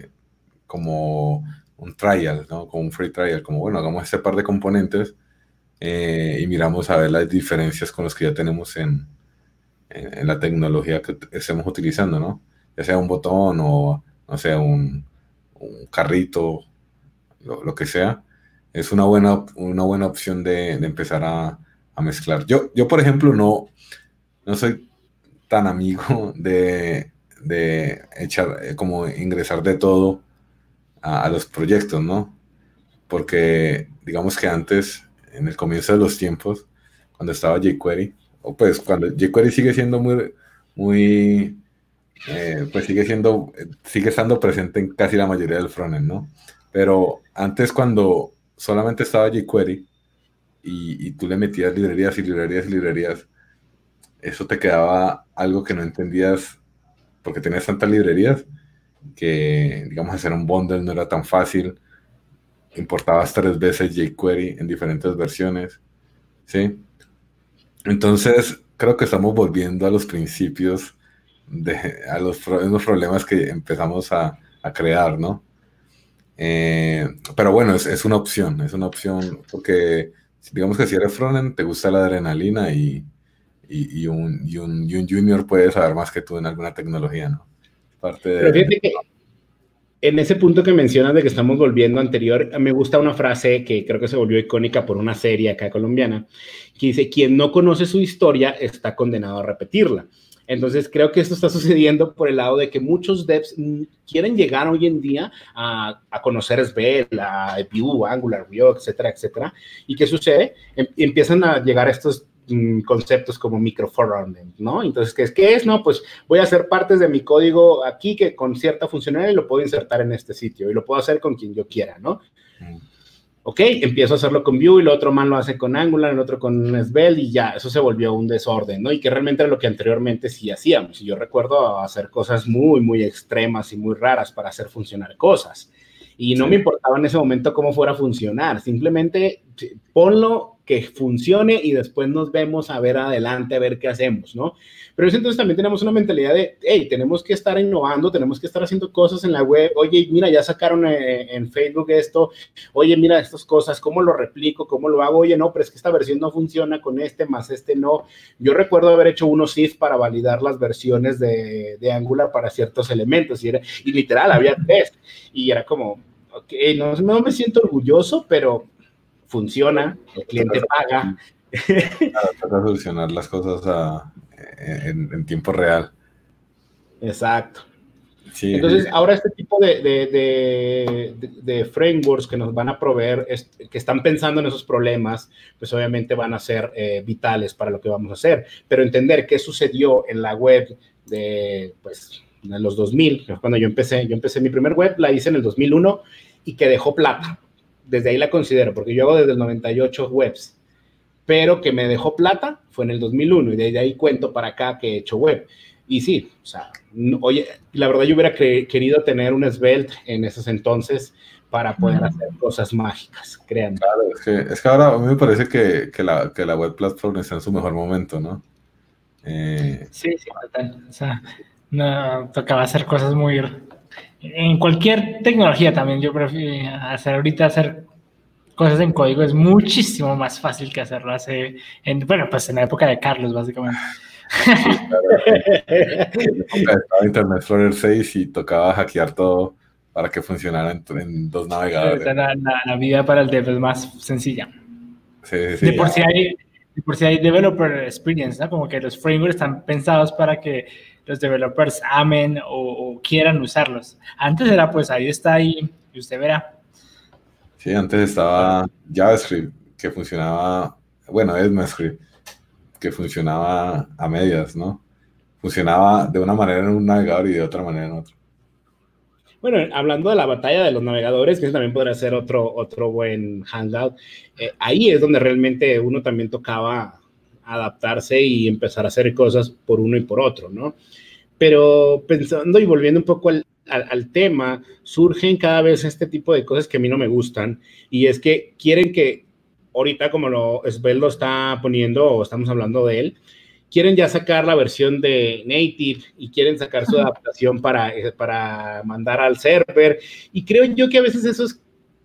Speaker 1: como un trial, ¿no? Como un free trial, como bueno, hagamos este par de componentes y miramos a ver las diferencias con los que ya tenemos en la tecnología que estemos utilizando, ¿no? Ya sea un botón o, no sé, un carrito, lo que sea. Es una buena opción de empezar a mezclar. Yo, por ejemplo, no soy tan amigo de echar, como ingresar de todo a los proyectos, ¿no? Porque digamos que antes, en el comienzo de los tiempos, cuando estaba jQuery, o pues cuando jQuery sigue siendo muy, pues sigue estando presente en casi la mayoría del frontend, ¿no? Pero antes cuando solamente estaba jQuery y tú le metías librerías y librerías y librerías, eso te quedaba algo que no entendías porque tenías tantas librerías que, digamos, hacer un bundle no era tan fácil. Importabas 3 veces jQuery en diferentes versiones, ¿sí? Entonces, creo que estamos volviendo a los principios, a los mismos problemas que empezamos a crear, ¿no? Pero bueno, es una opción, porque digamos que si eres frontend, te gusta la adrenalina y un junior puede saber más que tú en alguna tecnología, ¿no? Parte
Speaker 2: Pero
Speaker 1: de...
Speaker 2: fíjate que en ese punto que mencionas de que estamos volviendo anterior, me gusta una frase que creo que se volvió icónica por una serie acá colombiana, que dice, quien no conoce su historia está condenado a repetirla. Entonces, creo que esto está sucediendo por el lado de que muchos devs quieren llegar hoy en día a conocer Svelte, a Vue, Angular, React, etcétera, etcétera. ¿Y qué sucede? Empiezan a llegar estos conceptos como micro-frontend, ¿no? Entonces, ¿qué es? No, pues voy a hacer partes de mi código aquí que con cierta funcionalidad lo puedo insertar en este sitio y lo puedo hacer con quien yo quiera, ¿no? Ok, empiezo a hacerlo con Vue y el otro man lo hace con Angular, el otro con Svelte y ya, eso se volvió un desorden, ¿no? Y que realmente era lo que anteriormente sí hacíamos. Y yo recuerdo hacer cosas muy, muy extremas y muy raras para hacer funcionar cosas. Y no me importaba en ese momento cómo fuera a funcionar, simplemente ponlo que funcione y después nos vemos a ver adelante, a ver qué hacemos, ¿no? Pero entonces también tenemos una mentalidad de, hey, tenemos que estar innovando, tenemos que estar haciendo cosas en la web, oye, mira, ya sacaron en Facebook esto, oye, mira estas cosas, ¿cómo lo replico? ¿Cómo lo hago? Oye, no, pero es que esta versión no funciona con este, más este no. Yo recuerdo haber hecho unos if para validar las versiones de Angular para ciertos elementos y literal, había 3 y era como, ok, no me siento orgulloso, pero funciona, el cliente paga.
Speaker 1: Claro, toca solucionar las cosas en tiempo real.
Speaker 2: Exacto.
Speaker 1: Sí,
Speaker 2: Entonces,
Speaker 1: sí.
Speaker 2: ahora este tipo de frameworks que nos van a proveer, que están pensando en esos problemas, pues obviamente van a ser vitales para lo que vamos a hacer. Pero entender qué sucedió en la web pues, en los 2000, cuando yo empecé mi primer web, la hice en el 2001 y que dejó plata. Desde ahí la considero, porque yo hago desde el 98 webs, pero que me dejó plata fue en el 2001 y desde ahí cuento para acá que he hecho web. Y sí, o sea, oye, la verdad yo hubiera querido tener un Svelte en esos entonces para poder hacer cosas mágicas, créanme.
Speaker 1: Claro, es que ahora a mí me parece que la web platform está en su mejor momento, ¿no?
Speaker 3: Sí, total. O sea, no, tocaba hacer cosas muy... En cualquier tecnología también, yo prefiero hacer cosas en código es muchísimo más fácil que hacerlo bueno, pues en la época de Carlos, básicamente.
Speaker 1: Sí, claro. Estaba Internet Explorer 6 y tocaba hackear todo para que funcionara en 2 navegadores.
Speaker 3: La vida para el dev es más sencilla.
Speaker 1: Sí.
Speaker 3: De por sí hay developer experience, ¿no? Como que los frameworks están pensados para que los developers amen o quieran usarlos. Antes era pues ahí está y usted verá.
Speaker 1: Sí, antes estaba JavaScript, que funcionaba, bueno, ECMAScript, que funcionaba a medias, ¿no? Funcionaba de una manera en un navegador y de otra manera en otro.
Speaker 2: Bueno, hablando de la batalla de los navegadores, que eso también podría ser otro buen hangout, ahí es donde realmente uno también tocaba adaptarse y empezar a hacer cosas por uno y por otro, ¿no? Pero pensando y volviendo un poco al tema, surgen cada vez este tipo de cosas que a mí no me gustan, y es que quieren que ahorita, como Svelte lo está poniendo, o estamos hablando de él, quieren ya sacar la versión de native y quieren sacar su adaptación para mandar al server. Y creo yo que a veces eso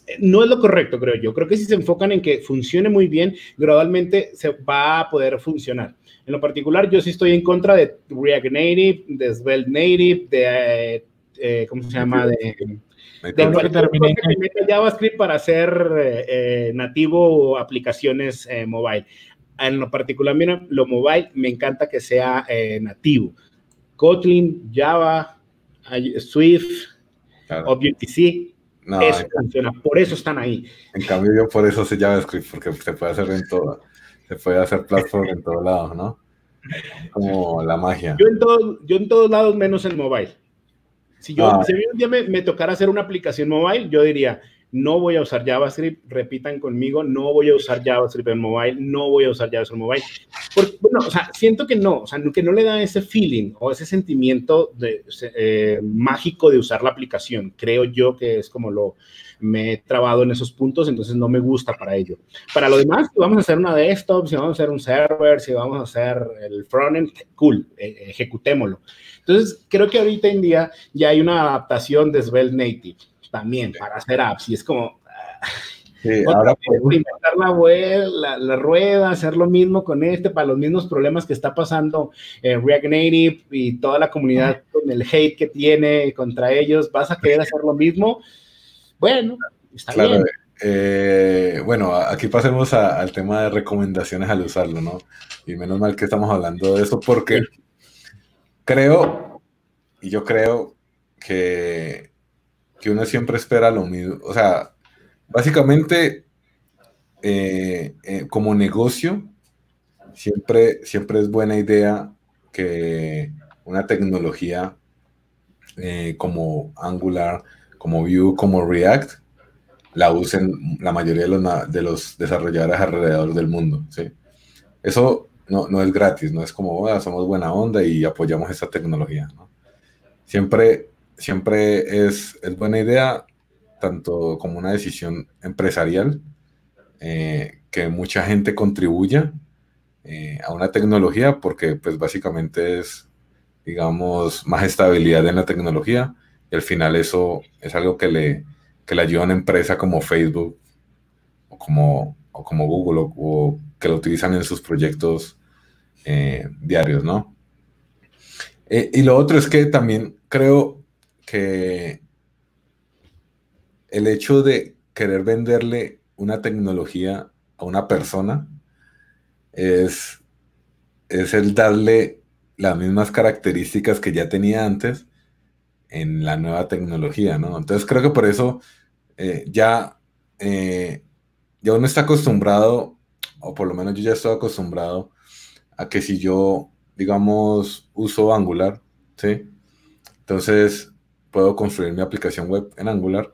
Speaker 2: no es lo correcto, creo yo. Creo que si se enfocan en que funcione muy bien, gradualmente se va a poder funcionar. En lo particular, yo sí estoy en contra de React Native, de Svelte Native, de ¿cómo se llama? De JavaScript para hacer nativo aplicaciones mobile. En lo particular, mira, lo mobile me encanta que sea nativo. Kotlin, Java, Swift, claro. Objective-C, no, eso funciona, por eso están ahí.
Speaker 1: En cambio, yo por eso sé JavaScript, porque se puede hacer en todo, se puede hacer platform en todos lados, ¿no? Como la magia.
Speaker 2: Yo en todos lados, menos en mobile. Si un día me tocara hacer una aplicación mobile, yo diría, no voy a usar JavaScript, repitan conmigo, no voy a usar JavaScript en mobile, no voy a usar JavaScript en mobile. Porque, bueno, o sea, siento que no, o sea, que no le da ese feeling o ese sentimiento mágico de usar la aplicación. Creo yo que es como me he trabado en esos puntos, entonces no me gusta para ello. Para lo demás, si vamos a hacer una desktop, si vamos a hacer un server, si vamos a hacer el frontend, cool, ejecutémoslo. Entonces, creo que ahorita en día ya hay una adaptación de Svelte Native también para hacer apps y es como
Speaker 1: sí, ahora
Speaker 2: inventar la rueda, hacer lo mismo con para los mismos problemas que está pasando React Native y toda la comunidad con el hate que tiene contra ellos. ¿Vas a querer hacer lo mismo? Bueno, está claro,
Speaker 1: bien. Bueno, aquí pasemos al tema de recomendaciones al usarlo, ¿no? Y menos mal que estamos hablando de eso porque yo creo que uno siempre espera lo mismo. O sea, básicamente, como negocio, siempre es buena idea que una tecnología como Angular, como Vue, como React, la usen la mayoría de los desarrolladores alrededor del mundo, ¿sí? Eso no es gratis, no es como, somos buena onda y apoyamos esta tecnología, ¿no? Siempre es buena idea, tanto como una decisión empresarial, que mucha gente contribuya a una tecnología, porque pues básicamente es, digamos, más estabilidad en la tecnología, y al final eso es algo que le ayuda a una empresa como Facebook o como Google o que lo utilizan en sus proyectos diarios, ¿no? Y lo otro es que también creo que el hecho de querer venderle una tecnología a una persona es el darle las mismas características que ya tenía antes en la nueva tecnología, ¿no? Entonces creo que por eso ya uno está acostumbrado, o por lo menos yo ya estoy acostumbrado a que si yo, digamos, uso Angular, ¿sí? Entonces puedo construir mi aplicación web en Angular,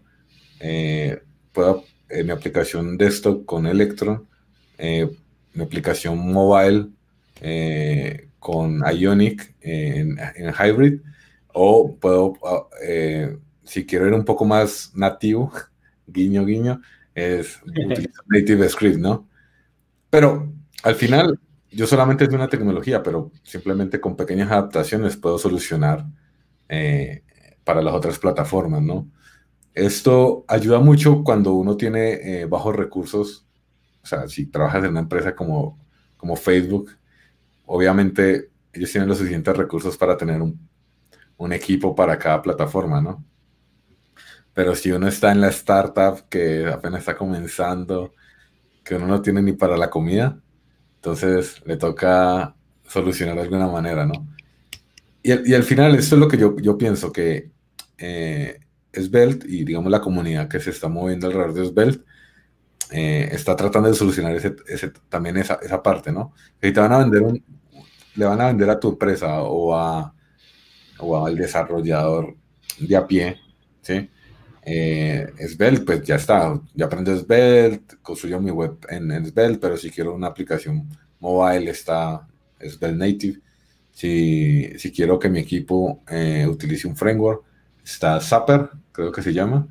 Speaker 1: mi aplicación desktop con Electron, mi aplicación mobile con Ionic en Hybrid, o puedo, si quiero ir un poco más nativo, guiño, guiño, utilizar Native Script, ¿no? Pero al final, yo solamente es una tecnología, pero simplemente con pequeñas adaptaciones puedo solucionar para las otras plataformas, ¿no? Esto ayuda mucho cuando uno tiene bajos recursos. O sea, si trabajas en una empresa como Facebook, obviamente ellos tienen los suficientes recursos para tener un equipo para cada plataforma, ¿no? Pero si uno está en la startup que apenas está comenzando, que uno no tiene ni para la comida, entonces le toca solucionar de alguna manera, ¿no? Y al final, esto es lo que yo pienso, que Svelte y, digamos, la comunidad que se está moviendo alrededor de Svelte está tratando de solucionar también esa parte, ¿no? Si te van a vender le van a vender a tu empresa o al desarrollador de a pie, ¿sí? Svelte, pues ya está, ya aprendo Svelte, construyo mi web en Svelte, pero si quiero una aplicación mobile está Svelte Native. Si quiero que mi equipo utilice un framework, está Zapper, creo que se llama.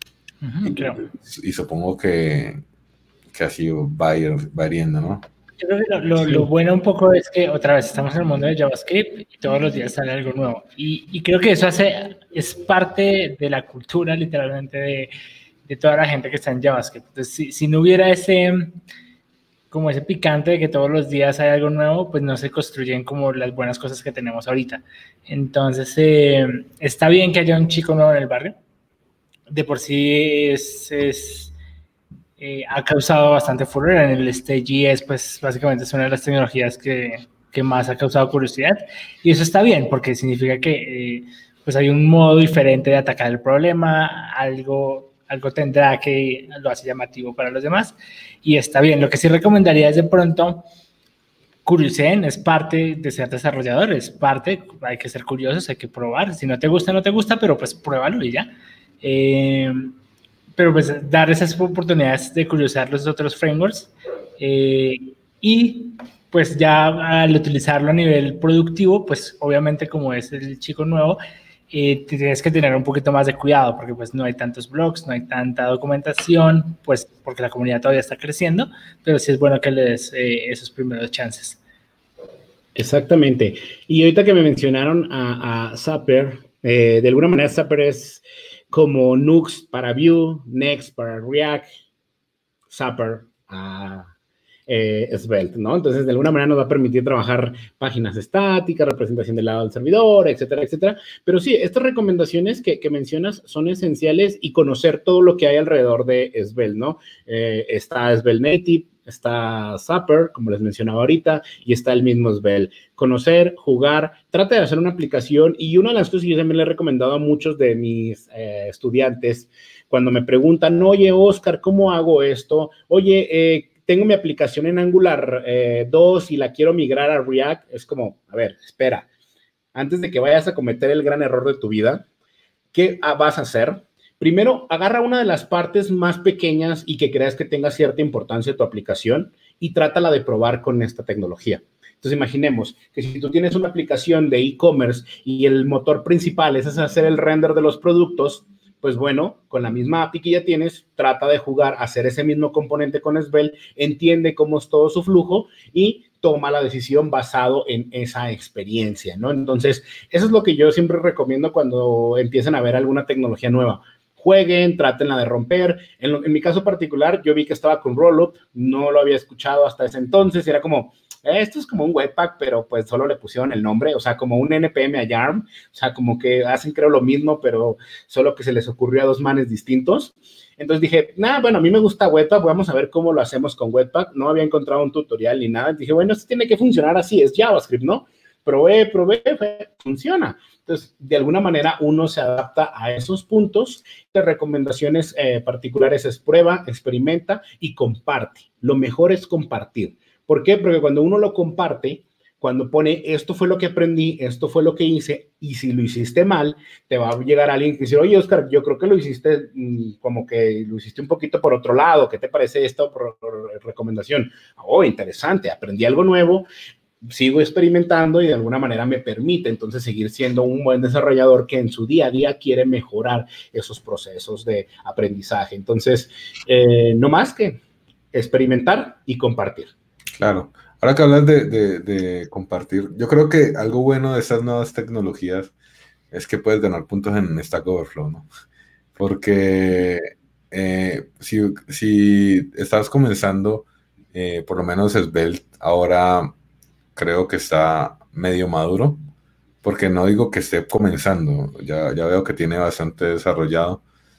Speaker 1: Y supongo que así va a ir variando, ¿no?
Speaker 3: Yo creo que lo bueno un poco es que otra vez estamos en el mundo de JavaScript y todos los días sale algo nuevo. Y creo que eso es parte de la cultura, literalmente, de toda la gente que está en JavaScript. Entonces, si no hubiera como ese picante de que todos los días hay algo nuevo, pues no se construyen como las buenas cosas que tenemos ahorita. Entonces, está bien que haya un chico nuevo en el barrio. De por sí ha causado bastante furor. En el Stage.js, pues básicamente es una de las tecnologías que más ha causado curiosidad. Y eso está bien, porque significa que pues hay un modo diferente de atacar el problema, algo tendrá que lo hace llamativo para los demás, y está bien. Lo que sí recomendaría es de pronto, curioseen, es parte de ser desarrollador, es parte, hay que ser curiosos, hay que probar, si no te gusta, no te gusta, pero pues pruébalo y ya. Pero pues dar esas oportunidades de curiosear los otros frameworks, y pues ya al utilizarlo a nivel productivo, pues obviamente como es el chico nuevo, tienes que tener un poquito más de cuidado, porque pues no hay tantos blogs, no hay tanta documentación, pues porque la comunidad todavía está creciendo, pero sí es bueno que le des esos primeros chances.
Speaker 2: Exactamente. Y ahorita que me mencionaron a Zapper, de alguna manera Zapper es como Nux para Vue, Next para React, Zapper a Svelte, ¿no? Entonces, de alguna manera nos va a permitir trabajar páginas estáticas, representación del lado del servidor, etcétera, etcétera. Pero sí, estas recomendaciones que mencionas son esenciales, y conocer todo lo que hay alrededor de Svelte, ¿no? Está Svelte Native, está Zapper, como les mencionaba ahorita, y está el mismo Svelte. Conocer, jugar, trata de hacer una aplicación, y una de las cosas que yo también le he recomendado a muchos de mis estudiantes, cuando me preguntan, oye, Oscar, ¿cómo hago esto? Oye, tengo mi aplicación en Angular 2 y la quiero migrar a React. Es como, a ver, espera, antes de que vayas a cometer el gran error de tu vida, ¿qué vas a hacer? Primero, agarra una de las partes más pequeñas y que creas que tenga cierta importancia de tu aplicación y trátala de probar con esta tecnología. Entonces, imaginemos que si tú tienes una aplicación de e-commerce y el motor principal es hacer el render de los productos, pues bueno, con la misma API que ya tienes, trata de jugar, hacer ese mismo componente con Svelte, entiende cómo es todo su flujo y toma la decisión basado en esa experiencia, ¿no? Entonces, eso es lo que yo siempre recomiendo cuando empiezan a ver alguna tecnología nueva. Jueguen, trátenla de romper. En mi caso particular, yo vi que estaba con Rollup, no lo había escuchado hasta ese entonces, era como, esto es como un Webpack, pero pues solo le pusieron el nombre, o sea, como un NPM a Yarn, o sea, como que hacen creo lo mismo, pero solo que se les ocurrió a dos manes distintos. Entonces dije, bueno, a mí me gusta Webpack, vamos a ver cómo lo hacemos con Webpack. No había encontrado un tutorial ni nada. Dije, bueno, esto tiene que funcionar así, es JavaScript, ¿no? Probé, funciona. Entonces, de alguna manera, uno se adapta a esos puntos. Las recomendaciones particulares es prueba, experimenta y comparte. Lo mejor es compartir. ¿Por qué? Porque cuando uno lo comparte, cuando pone esto fue lo que aprendí, esto fue lo que hice, y si lo hiciste mal, te va a llegar alguien que dice, oye, Oscar, yo creo que lo hiciste como que lo hiciste un poquito por otro lado, ¿qué te parece esta recomendación? Oh, interesante, aprendí algo nuevo, sigo experimentando y de alguna manera me permite entonces seguir siendo un buen desarrollador que en su día a día quiere mejorar esos procesos de aprendizaje. Entonces, no más que experimentar y compartir.
Speaker 1: Claro. Ahora que hablas de compartir, yo creo que algo bueno de estas nuevas tecnologías es que puedes ganar puntos en Stack Overflow, ¿no? Porque si estás comenzando, por lo menos Svelte ahora creo que está medio maduro, porque no digo que esté comenzando, ya veo que tiene bastante desarrollado.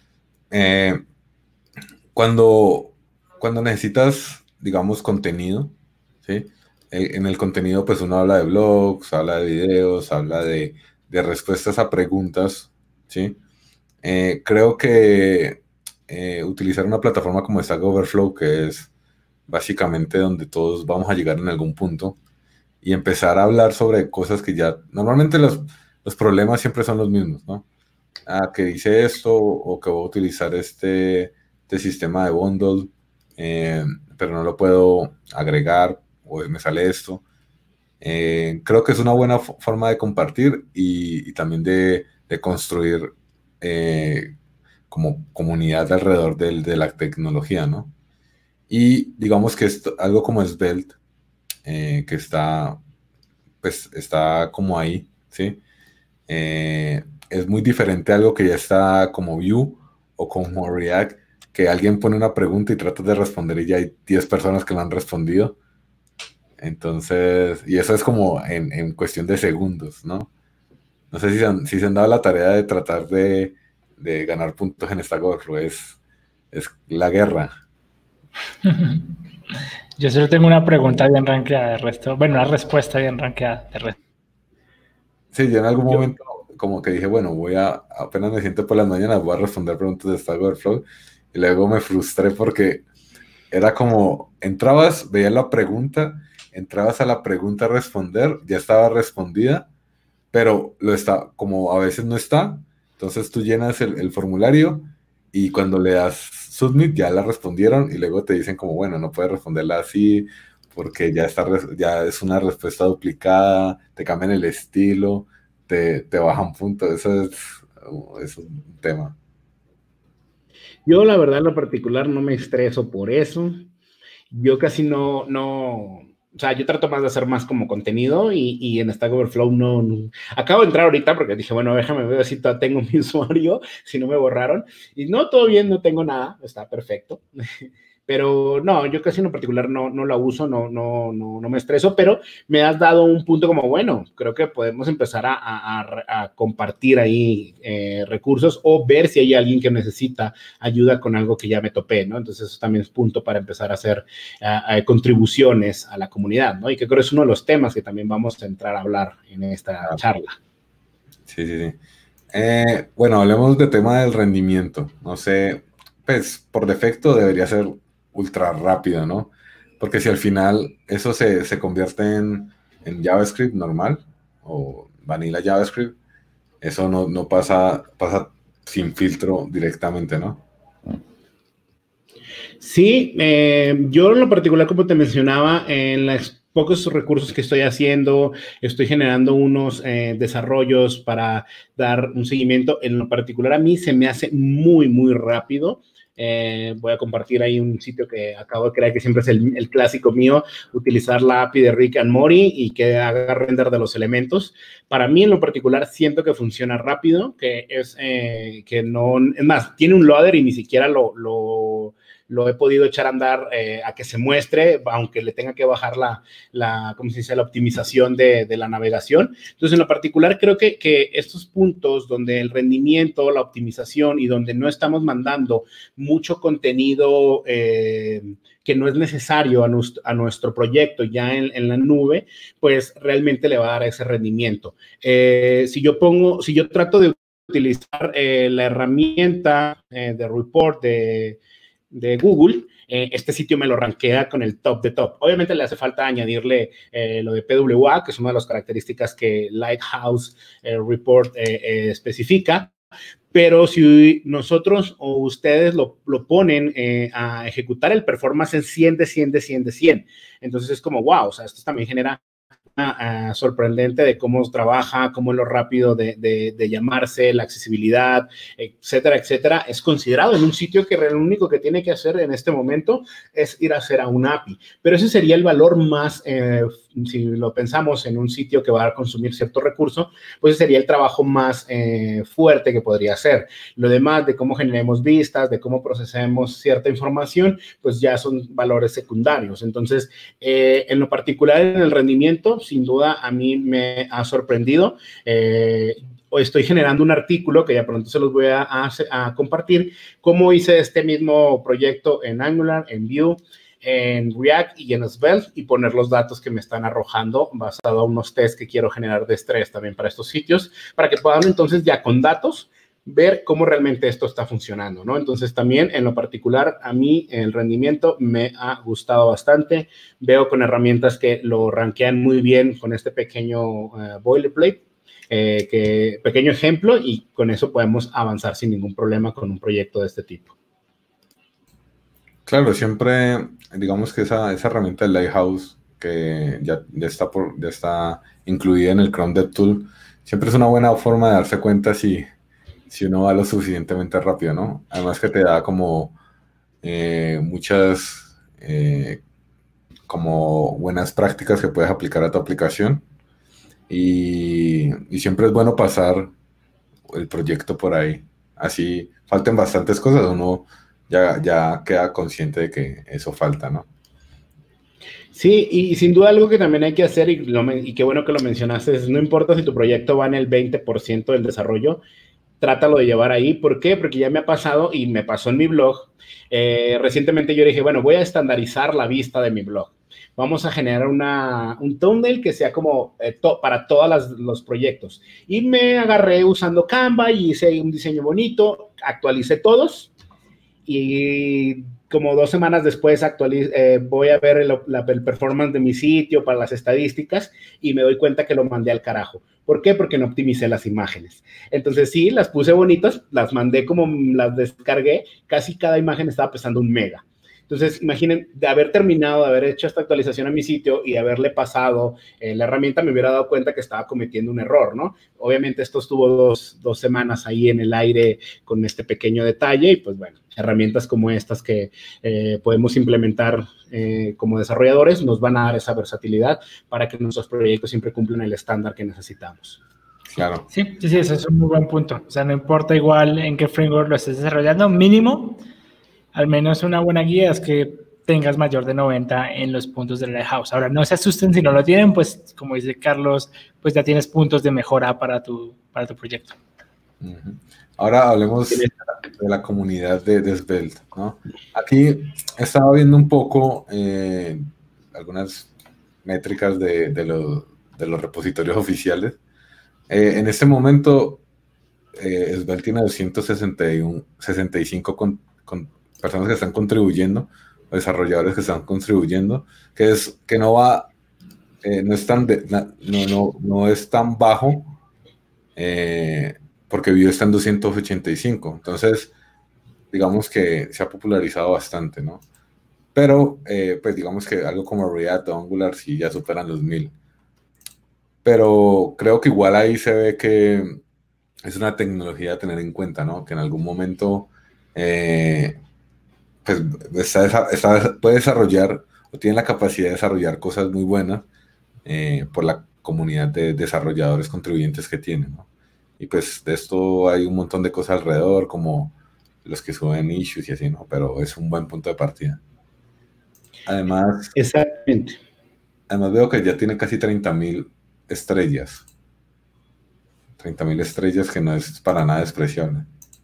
Speaker 1: Cuando necesitas, digamos, contenido, ¿sí? En el contenido, pues uno habla de blogs, habla de videos, habla de respuestas a preguntas, ¿sí? Creo que utilizar una plataforma como Stack Overflow, que es básicamente donde todos vamos a llegar en algún punto, y empezar a hablar sobre cosas que ya, normalmente los problemas siempre son los mismos, ¿no? Que hice esto, o que voy a utilizar este sistema de bundle, pero no lo puedo agregar, o me sale esto. Creo que es una buena forma de compartir y también de construir como comunidad alrededor de la tecnología, ¿no? Y digamos que algo como Svelte, que está como ahí, ¿sí? Es muy diferente a algo que ya está como Vue o como React, que alguien pone una pregunta y tratas de responder y ya hay 10 personas que lo han respondido. Entonces, y eso es como en cuestión de segundos, ¿no? No sé si se han dado la tarea de tratar de ganar puntos en Stack Overflow. Es la guerra.
Speaker 3: Yo solo tengo una pregunta bien rankeada de resto. Bueno, una respuesta bien rankeada de resto.
Speaker 1: Sí, yo en algún momento como que dije, bueno, apenas me siento por las mañanas, voy a responder preguntas de Stack Overflow. Y luego me frustré porque era como, entrabas, veías la pregunta, entrabas a la pregunta a responder, ya estaba respondida, pero como a veces no está, entonces tú llenas el formulario y cuando le das submit ya la respondieron y luego te dicen como, bueno, no puedes responderla así porque ya es una respuesta duplicada, te cambian el estilo, te bajan puntos, eso es un tema.
Speaker 2: Yo, la verdad, en lo particular, no me estreso por eso. Yo casi no, o sea, yo trato más de hacer más como contenido y en Stack Overflow no. Acabo de entrar ahorita porque dije, bueno, déjame ver si todavía tengo mi usuario, si no me borraron. Y no, todo bien, no tengo nada, está perfecto. Pero no, yo casi en lo particular no la uso, no me estreso, pero me has dado un punto como, bueno, creo que podemos empezar a compartir ahí recursos o ver si hay alguien que necesita ayuda con algo que ya me topé, ¿no? Entonces eso también es punto para empezar a hacer contribuciones a la comunidad, ¿no? Y que creo que es uno de los temas que también vamos a entrar a hablar en esta charla.
Speaker 1: Sí. Bueno, hablemos del tema del rendimiento. No sé, pues por defecto debería ser ultra rápido, ¿no? Porque si al final eso se convierte en JavaScript normal o vanilla JavaScript, eso no pasa sin filtro directamente, ¿no?
Speaker 2: Sí, yo en lo particular, como te mencionaba, en los pocos recursos que estoy haciendo, estoy generando unos desarrollos para dar un seguimiento. En lo particular, a mí se me hace muy, muy rápido. Voy a compartir ahí un sitio que acabo de crear, que siempre es el clásico mío, utilizar la API de Rick and Morty y que haga render de los elementos. Para mí, en lo particular, siento que funciona rápido, que no, es más, tiene un loader y ni siquiera lo he podido echar a andar a que se muestre, aunque le tenga que bajar ¿cómo se dice?, la optimización de la navegación. Entonces, en lo particular, creo que estos puntos donde el rendimiento, la optimización y donde no estamos mandando mucho contenido que no es necesario a nuestro proyecto ya en la nube, pues realmente le va a dar ese rendimiento. Si yo trato de utilizar la herramienta de report de Google, este sitio me lo rankea con el top de top. Obviamente le hace falta añadirle lo de PWA, que es una de las características que Lighthouse Report especifica, pero si nosotros o ustedes lo ponen a ejecutar el performance en 100 de 100 de 100 de 100, entonces es como, wow, o sea, esto también genera sorprendente de cómo trabaja, cómo es lo rápido de llamarse, la accesibilidad, etcétera, etcétera. Es considerado en un sitio que lo único que tiene que hacer en este momento es ir a hacer a un API. Pero ese sería el valor más, si lo pensamos en un sitio que va a consumir cierto recurso, pues ese sería el trabajo más fuerte que podría hacer. Lo demás de cómo generemos vistas, de cómo procesemos cierta información, pues ya son valores secundarios. Entonces, en lo particular, en el rendimiento, sin duda, a mí me ha sorprendido. Estoy generando un artículo que ya pronto se los voy a compartir, cómo hice este mismo proyecto en Angular, en Vue, en React y en Svelte, y poner los datos que me están arrojando basado a unos tests que quiero generar de estrés también para estos sitios, para que puedan entonces ya con datos ver cómo realmente esto está funcionando, ¿no? Entonces, también, en lo particular, a mí el rendimiento me ha gustado bastante. Veo con herramientas que lo rankean muy bien con este pequeño boilerplate, pequeño ejemplo, y con eso podemos avanzar sin ningún problema con un proyecto de este tipo.
Speaker 1: Claro, siempre, digamos que esa herramienta de Lighthouse, que ya está incluida en el Chrome DevTool, siempre es una buena forma de darse cuenta si uno va lo suficientemente rápido, ¿no? Además que te da como muchas como buenas prácticas que puedes aplicar a tu aplicación y siempre es bueno pasar el proyecto por ahí. Así falten bastantes cosas, uno ya queda consciente de que eso falta, ¿no?
Speaker 2: Sí, y sin duda algo que también hay que hacer, y qué bueno que lo mencionaste, es no importa si tu proyecto va en el 20% del desarrollo, trátalo de llevar ahí. ¿Por qué? Porque ya me ha pasado y me pasó en mi blog. Recientemente yo dije, bueno, voy a estandarizar la vista de mi blog. Vamos a generar un thumbnail que sea como para todos los proyectos. Y me agarré usando Canva y hice un diseño bonito, actualicé todos y como 2 semanas después voy a ver el performance de mi sitio para las estadísticas y me doy cuenta que lo mandé al carajo. ¿Por qué? Porque no optimicé las imágenes. Entonces sí, las puse bonitas, las mandé como las descargué, casi cada imagen estaba pesando 1 mega. Entonces, imaginen, de haber terminado, de haber hecho esta actualización a mi sitio y de haberle pasado la herramienta, me hubiera dado cuenta que estaba cometiendo un error, ¿no? Obviamente esto estuvo dos semanas ahí en el aire con este pequeño detalle y pues bueno, herramientas como estas que podemos implementar como desarrolladores nos van a dar esa versatilidad para que nuestros proyectos siempre cumplan el estándar que necesitamos.
Speaker 1: Claro.
Speaker 3: Sí, ese es un muy buen punto. O sea, no importa igual en qué framework lo estés desarrollando, mínimo, al menos una buena guía es que tengas mayor de 90 en los puntos del Lighthouse. Ahora, no se asusten si no lo tienen, pues como dice Carlos, pues ya tienes puntos de mejora para tu proyecto.
Speaker 1: Ahora hablemos de la comunidad de Svelte, ¿no? Aquí estaba viendo un poco algunas métricas de los repositorios oficiales. En este momento, Svelte tiene 265 con personas que están contribuyendo, desarrolladores que están contribuyendo, que no va, no es tan bajo, porque Vue está en 285. Entonces, digamos que se ha popularizado bastante, ¿no? Pero, pues digamos que algo como React o Angular sí ya superan los 1000. Pero creo que igual ahí se ve que es una tecnología a tener en cuenta, ¿no? Que en algún momento pues puede desarrollar o tiene la capacidad de desarrollar cosas muy buenas por la comunidad de desarrolladores contribuyentes que tiene, ¿no? Y pues de esto hay un montón de cosas alrededor, como los que suben issues y así, ¿no? Pero es un buen punto de partida. Además,
Speaker 2: exactamente.
Speaker 1: Además veo que ya tiene casi 30.000 estrellas. 30.000 estrellas que no es para nada despreciable.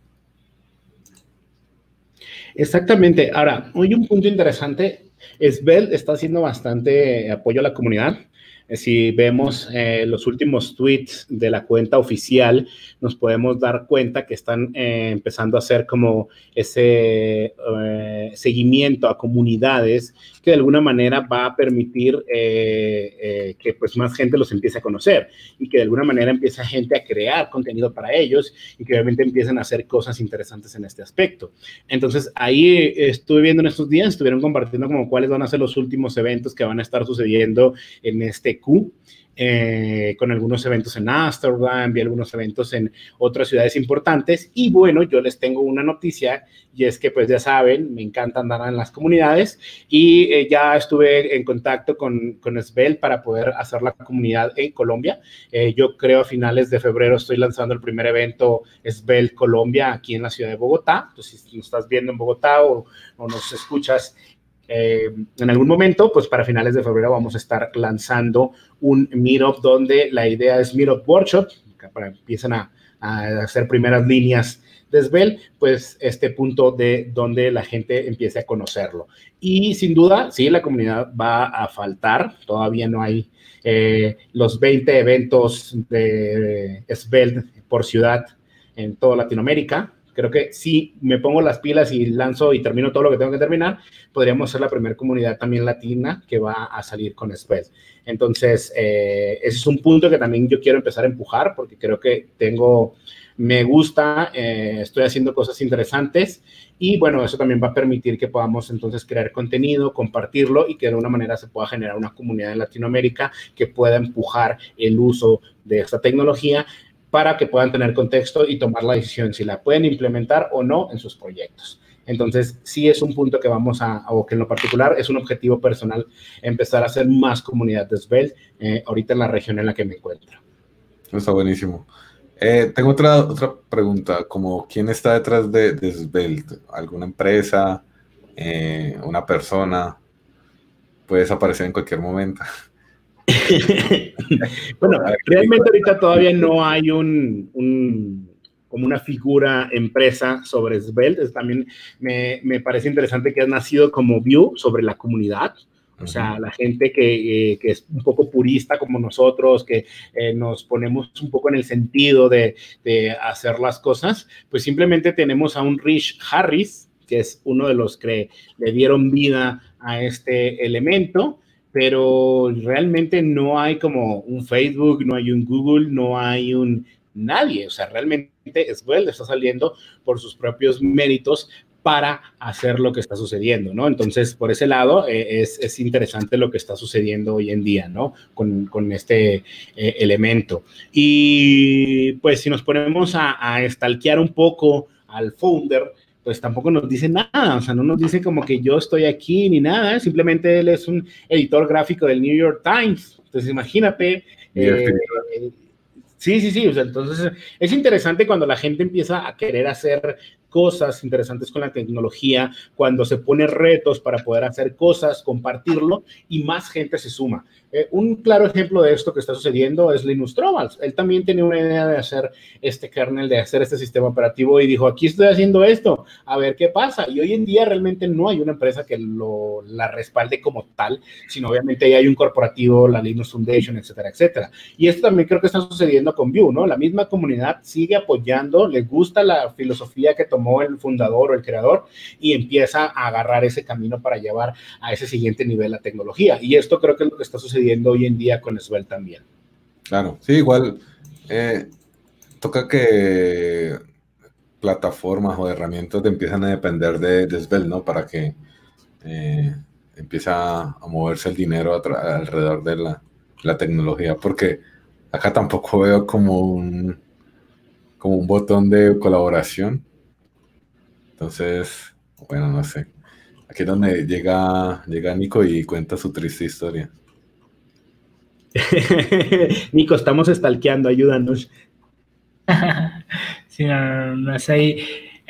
Speaker 2: Exactamente. Ahora, hoy un punto interesante, Svelte está haciendo bastante apoyo a la comunidad. Si vemos los últimos tweets de la cuenta oficial, nos podemos dar cuenta que están empezando a hacer como ese seguimiento a comunidades que de alguna manera va a permitir que pues más gente los empiece a conocer y que de alguna manera empiece gente a crear contenido para ellos y que obviamente empiecen a hacer cosas interesantes en este aspecto. Entonces, ahí estuve viendo en estos días, estuvieron compartiendo como cuáles van a ser los últimos eventos que van a estar sucediendo en este Q, con algunos eventos en Amsterdam y algunos eventos en otras ciudades importantes. Y bueno, yo les tengo una noticia y es que pues ya saben, me encanta andar en las comunidades y ya estuve en contacto con Svelte para poder hacer la comunidad en Colombia. Yo creo a finales de febrero estoy lanzando el primer evento Svelte Colombia aquí en la ciudad de Bogotá. Entonces, si nos estás viendo en Bogotá o nos escuchas en algún momento, pues para finales de febrero vamos a estar lanzando un meetup donde la idea es meetup workshop, para empiezan a hacer primeras líneas de Svelte, pues este punto de donde la gente empiece a conocerlo. Y sin duda, sí, la comunidad va a faltar, todavía no hay los 20 eventos de Svelte por ciudad en toda Latinoamérica. Creo que si me pongo las pilas y lanzo y termino todo lo que tengo que terminar, podríamos ser la primera comunidad también latina que va a salir con Svelte. Entonces, ese es un punto que también yo quiero empezar a empujar porque creo que me gusta, estoy haciendo cosas interesantes y bueno, eso también va a permitir que podamos entonces crear contenido, compartirlo y que de alguna manera se pueda generar una comunidad en Latinoamérica que pueda empujar el uso de esta tecnología para que puedan tener contexto y tomar la decisión si la pueden implementar o no en sus proyectos. Entonces, sí es un punto que o que en lo particular es un objetivo personal, empezar a hacer más comunidad de Svelte ahorita en la región en la que me encuentro.
Speaker 1: Está buenísimo. Tengo otra pregunta, como ¿quién está detrás de Svelte? ¿Alguna empresa? ¿Una persona? Puede desaparecer en cualquier momento.
Speaker 2: Bueno, realmente ahorita todavía no hay como una figura empresa sobre Svelte. También me parece interesante que ha nacido como Vue sobre la comunidad. O sea, la gente que es un poco purista como nosotros, que nos ponemos un poco en el sentido de hacer las cosas, pues simplemente tenemos a un Rich Harris, que es uno de los que le dieron vida a este elemento, pero realmente no hay como un Facebook, no hay un Google, no hay un nadie. O sea, realmente Svelte está saliendo por sus propios méritos para hacer lo que está sucediendo, ¿no? Entonces, por ese lado, es interesante lo que está sucediendo hoy en día, ¿no? Con este elemento. Y pues si nos ponemos a stalkear un poco al founder, pues tampoco nos dice nada, o sea, no nos dice como que yo estoy aquí ni nada, simplemente él es un editor gráfico del New York Times. Entonces, imagínate. Sí, o sea, entonces es interesante cuando la gente empieza a querer hacer cosas interesantes con la tecnología, cuando se pone retos para poder hacer cosas, compartirlo y más gente se suma. Un claro ejemplo de esto que está sucediendo es Linus Torvalds. Él también tenía una idea de hacer este kernel, de hacer este sistema operativo y dijo, aquí estoy haciendo esto, a ver qué pasa. Y hoy en día realmente no hay una empresa que la respalde como tal, sino obviamente ya hay un corporativo, la Linux Foundation, etcétera, etcétera. Y esto también creo que está sucediendo con Vue, ¿no? La misma comunidad sigue apoyando, le gusta la filosofía que tomó el fundador o el creador y empieza a agarrar ese camino para llevar a ese siguiente nivel la tecnología. Y esto creo que es lo que está sucediendo hoy en día con Svelte también.
Speaker 1: Claro, sí, igual toca que plataformas o herramientas empiezan a depender de Svelte, ¿no? Para que empiece a moverse el dinero alrededor de la tecnología, porque acá tampoco veo como un botón de colaboración. Entonces, bueno, no sé. Aquí es donde llega Nico y cuenta su triste historia.
Speaker 2: Nico, estamos stalkeando, ayúdanos.
Speaker 3: Sí, no es ahí.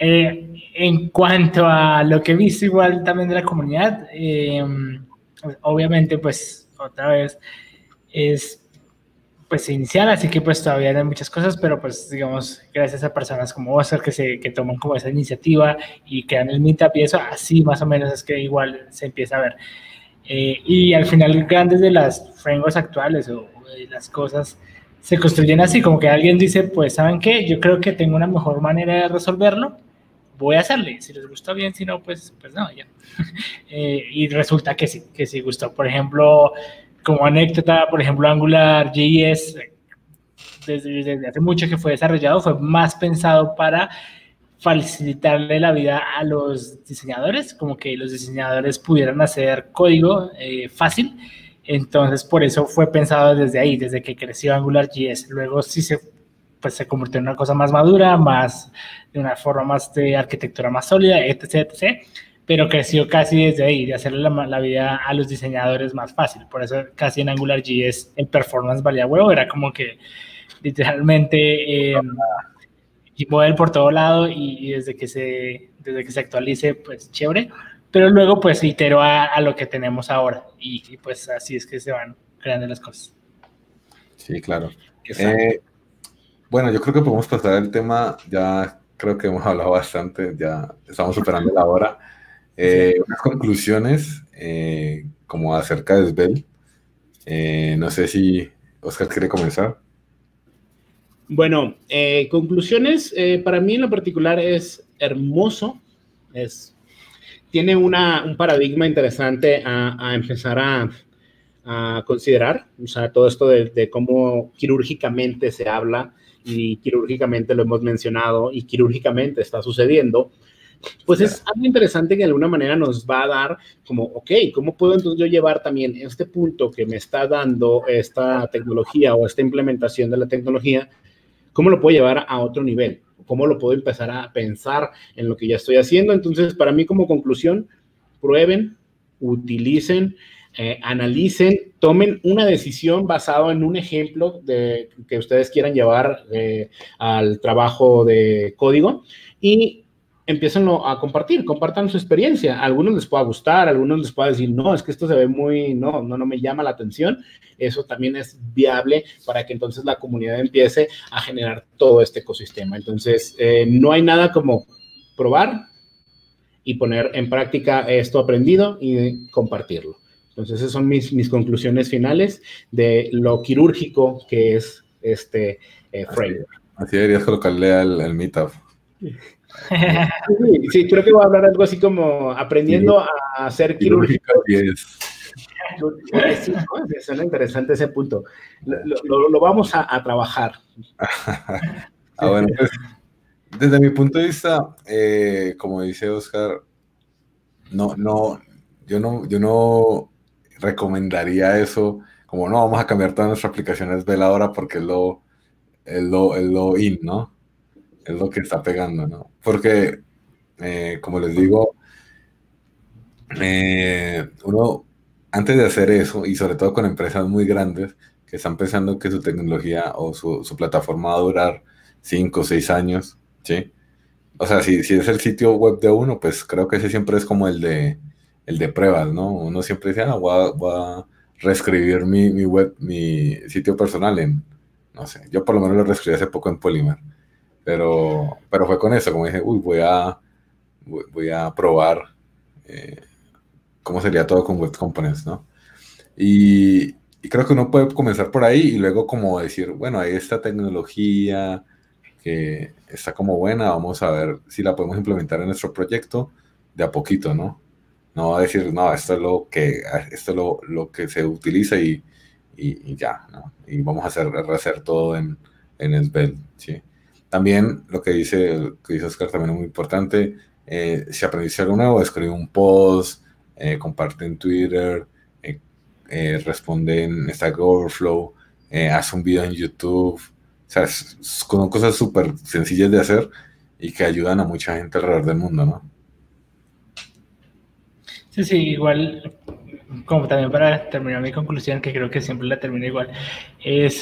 Speaker 3: En cuanto a lo que he visto igual también de la comunidad, obviamente pues otra vez es pues inicial, así que pues todavía no hay muchas cosas, pero pues digamos gracias a personas como Oscar que toman como esa iniciativa y crean el meetup y eso, así más o menos es que igual se empieza a ver. Y al final grandes de las frameworks actuales o de las cosas se construyen así, como que alguien dice, pues ¿saben qué? Yo creo que tengo una mejor manera de resolverlo, voy a hacerle, si les gustó bien, si no, pues no, ya. Y resulta que sí gustó. Por ejemplo, como anécdota, por ejemplo, AngularJS, desde hace mucho que fue desarrollado, fue más pensado para facilitarle la vida a los diseñadores, como que los diseñadores pudieran hacer código fácil. Entonces, por eso fue pensado desde ahí, desde que creció AngularJS. Luego sí se convirtió en una cosa más madura, de una forma más de arquitectura más sólida, etc. Pero creció casi desde ahí, de hacerle la vida a los diseñadores más fácil. Por eso casi en AngularJS el performance valía huevo, era como que literalmente y mover por todo lado y desde que se actualice, pues chévere. Pero luego pues iteró a lo que tenemos ahora y pues así es que se van creando las cosas.
Speaker 1: Sí, claro. Bueno, yo creo que podemos pasar el tema, ya creo que hemos hablado bastante, ya estamos superando la hora. Unas conclusiones como acerca de Svelte. No sé si Oscar quiere comenzar.
Speaker 2: Bueno, conclusiones, para mí en lo particular es hermoso, tiene un paradigma interesante a empezar a considerar, o sea, todo esto de cómo quirúrgicamente se habla y quirúrgicamente lo hemos mencionado y quirúrgicamente está sucediendo, pues es algo interesante que de alguna manera nos va a dar como, ok, ¿cómo puedo entonces yo llevar también este punto que me está dando esta tecnología o esta implementación de la tecnología? ¿Cómo lo puedo llevar a otro nivel? ¿Cómo lo puedo empezar a pensar en lo que ya estoy haciendo? Entonces, para mí como conclusión, prueben, utilicen, analicen, tomen una decisión basada en un ejemplo que ustedes quieran llevar al trabajo de código y empiecen a compartan su experiencia. A algunos les pueda gustar, a algunos les pueda decir, no, es que esto se ve muy, no me llama la atención. Eso también es viable para que entonces la comunidad empiece a generar todo este ecosistema. Entonces, no hay nada como probar y poner en práctica esto aprendido y compartirlo. Entonces, esas son mis conclusiones finales de lo quirúrgico que es este framework.
Speaker 1: Así deberías colocarle al Meetup.
Speaker 2: Sí, creo que voy a hablar algo así como aprendiendo a ser quirúrgico. Sí, ¿no? Suena interesante ese punto. Lo vamos a trabajar.
Speaker 1: Bueno, pues, desde mi punto de vista, como dice Oscar, yo no recomendaría eso, como no, vamos a cambiar todas nuestras aplicaciones Bell ahora porque es lo in, ¿no? Es lo que está pegando, ¿no? Porque, como les digo, uno, antes de hacer eso, y sobre todo con empresas muy grandes, que están pensando que su tecnología o su plataforma va a durar 5 o 6 años, ¿sí? O sea, si es el sitio web de uno, pues creo que ese siempre es como el de pruebas, ¿no? Uno siempre dice, voy a reescribir mi web, mi sitio personal en, no sé, yo por lo menos lo reescribí hace poco en Polymer. Pero fue con eso, como dije, voy a probar cómo sería todo con Web Components, ¿no? Y creo que uno puede comenzar por ahí y luego como decir, bueno, hay esta tecnología que está como buena, vamos a ver si la podemos implementar en nuestro proyecto de a poquito, ¿no? No decir, no, esto es lo que se utiliza y ya, ¿no? Y vamos a rehacer todo en Svelte, ¿sí? También lo que dice Oscar también es muy importante. Si aprendiste algo nuevo, escribe un post, comparte en Twitter, responde en Stack Overflow, haz un video en YouTube. O sea, son cosas súper sencillas de hacer y que ayudan a mucha gente alrededor del mundo, ¿no?
Speaker 3: Sí, igual, como también para terminar mi conclusión, que creo que siempre la termino igual, es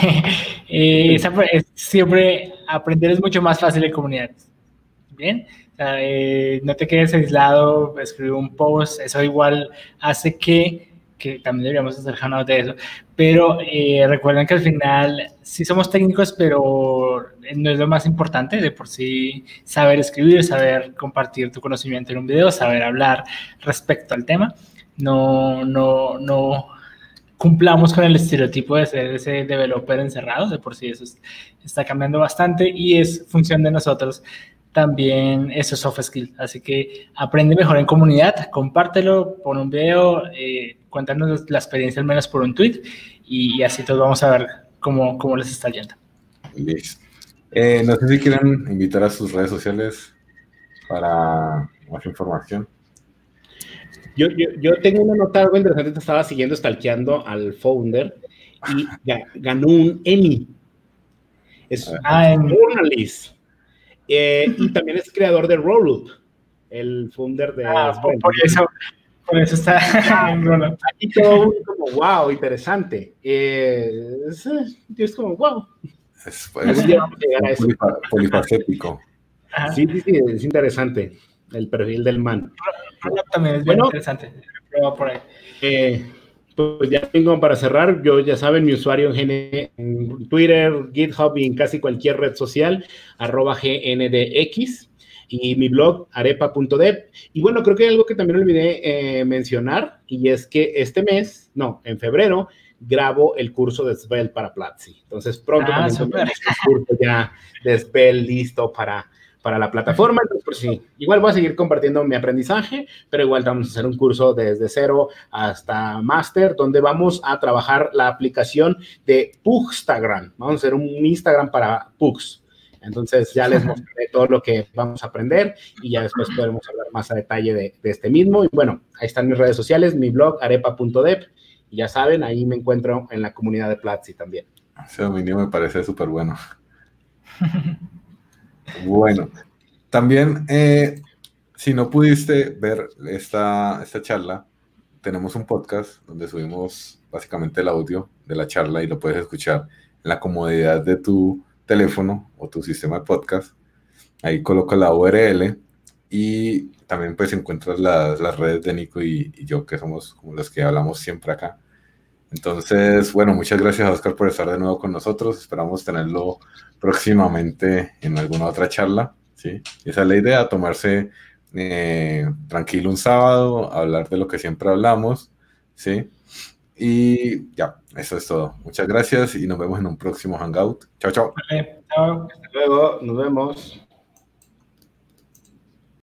Speaker 3: siempre aprender es mucho más fácil en comunidades. ¿Bien? O sea, no te quedes aislado, escribe un post, eso igual hace que también deberíamos hacer hangout de eso, pero recuerden que al final sí somos técnicos, pero no es lo más importante. De por sí saber escribir, saber compartir tu conocimiento en un video, saber hablar respecto al tema, no cumplamos con el estereotipo de ser ese developer encerrado. De por sí eso está cambiando bastante y es función de nosotros también esos soft skills. Así que aprende mejor en comunidad, compártelo, pon un video, cuéntanos la experiencia al menos por un tweet y así todos vamos a ver cómo les está yendo.
Speaker 1: Listo. No sé si quieren invitar a sus redes sociales para más información.
Speaker 2: Yo tengo una nota algo interesante, te estaba stalkeando al founder y ganó un Emmy. Es journalist. Y también es creador de Rollup, el founder de...
Speaker 3: Por eso está en Rollup.
Speaker 2: Aquí todo como, wow, interesante. Es como, wow.
Speaker 1: Polifacético.
Speaker 2: Sí, es interesante el perfil del man.
Speaker 3: Rollup también es bien interesante. Por ahí.
Speaker 2: Pues ya tengo para cerrar. Yo, ya saben, mi usuario en Twitter, GitHub y en casi cualquier red social, @GNDX, y mi blog, arepa.dev. Y bueno, creo que hay algo que también olvidé mencionar, y es que en febrero, grabo el curso de Svelte para Platzi. Entonces, pronto también tenemos el curso ya de Svelte listo para la plataforma. Entonces, pues sí, igual voy a seguir compartiendo mi aprendizaje, pero igual vamos a hacer un curso desde cero hasta máster, donde vamos a trabajar la aplicación de Pugstagram. Vamos a hacer un Instagram para Pugs. Entonces, ya les mostraré todo lo que vamos a aprender y ya después podremos hablar más a detalle de este mismo. Y bueno, ahí están mis redes sociales, mi blog, arepa.dev. Y ya saben, ahí me encuentro en la comunidad de Platzi también.
Speaker 1: Ese dominio me parece súper bueno. Bueno, también, si no pudiste ver esta charla, tenemos un podcast donde subimos básicamente el audio de la charla y lo puedes escuchar en la comodidad de tu teléfono o tu sistema de podcast. Ahí coloca la URL y también pues encuentras las redes de Nico y yo, que somos como los que hablamos siempre acá. Entonces, bueno, muchas gracias, Oscar, por estar de nuevo con nosotros. Esperamos tenerlo próximamente en alguna otra charla, ¿sí? Esa es la idea, tomarse tranquilo un sábado, hablar de lo que siempre hablamos, ¿sí? Y ya, eso es todo. Muchas gracias y nos vemos en un próximo Hangout. Chao, chao.
Speaker 3: Vale, chao.
Speaker 2: Hasta luego, nos vemos.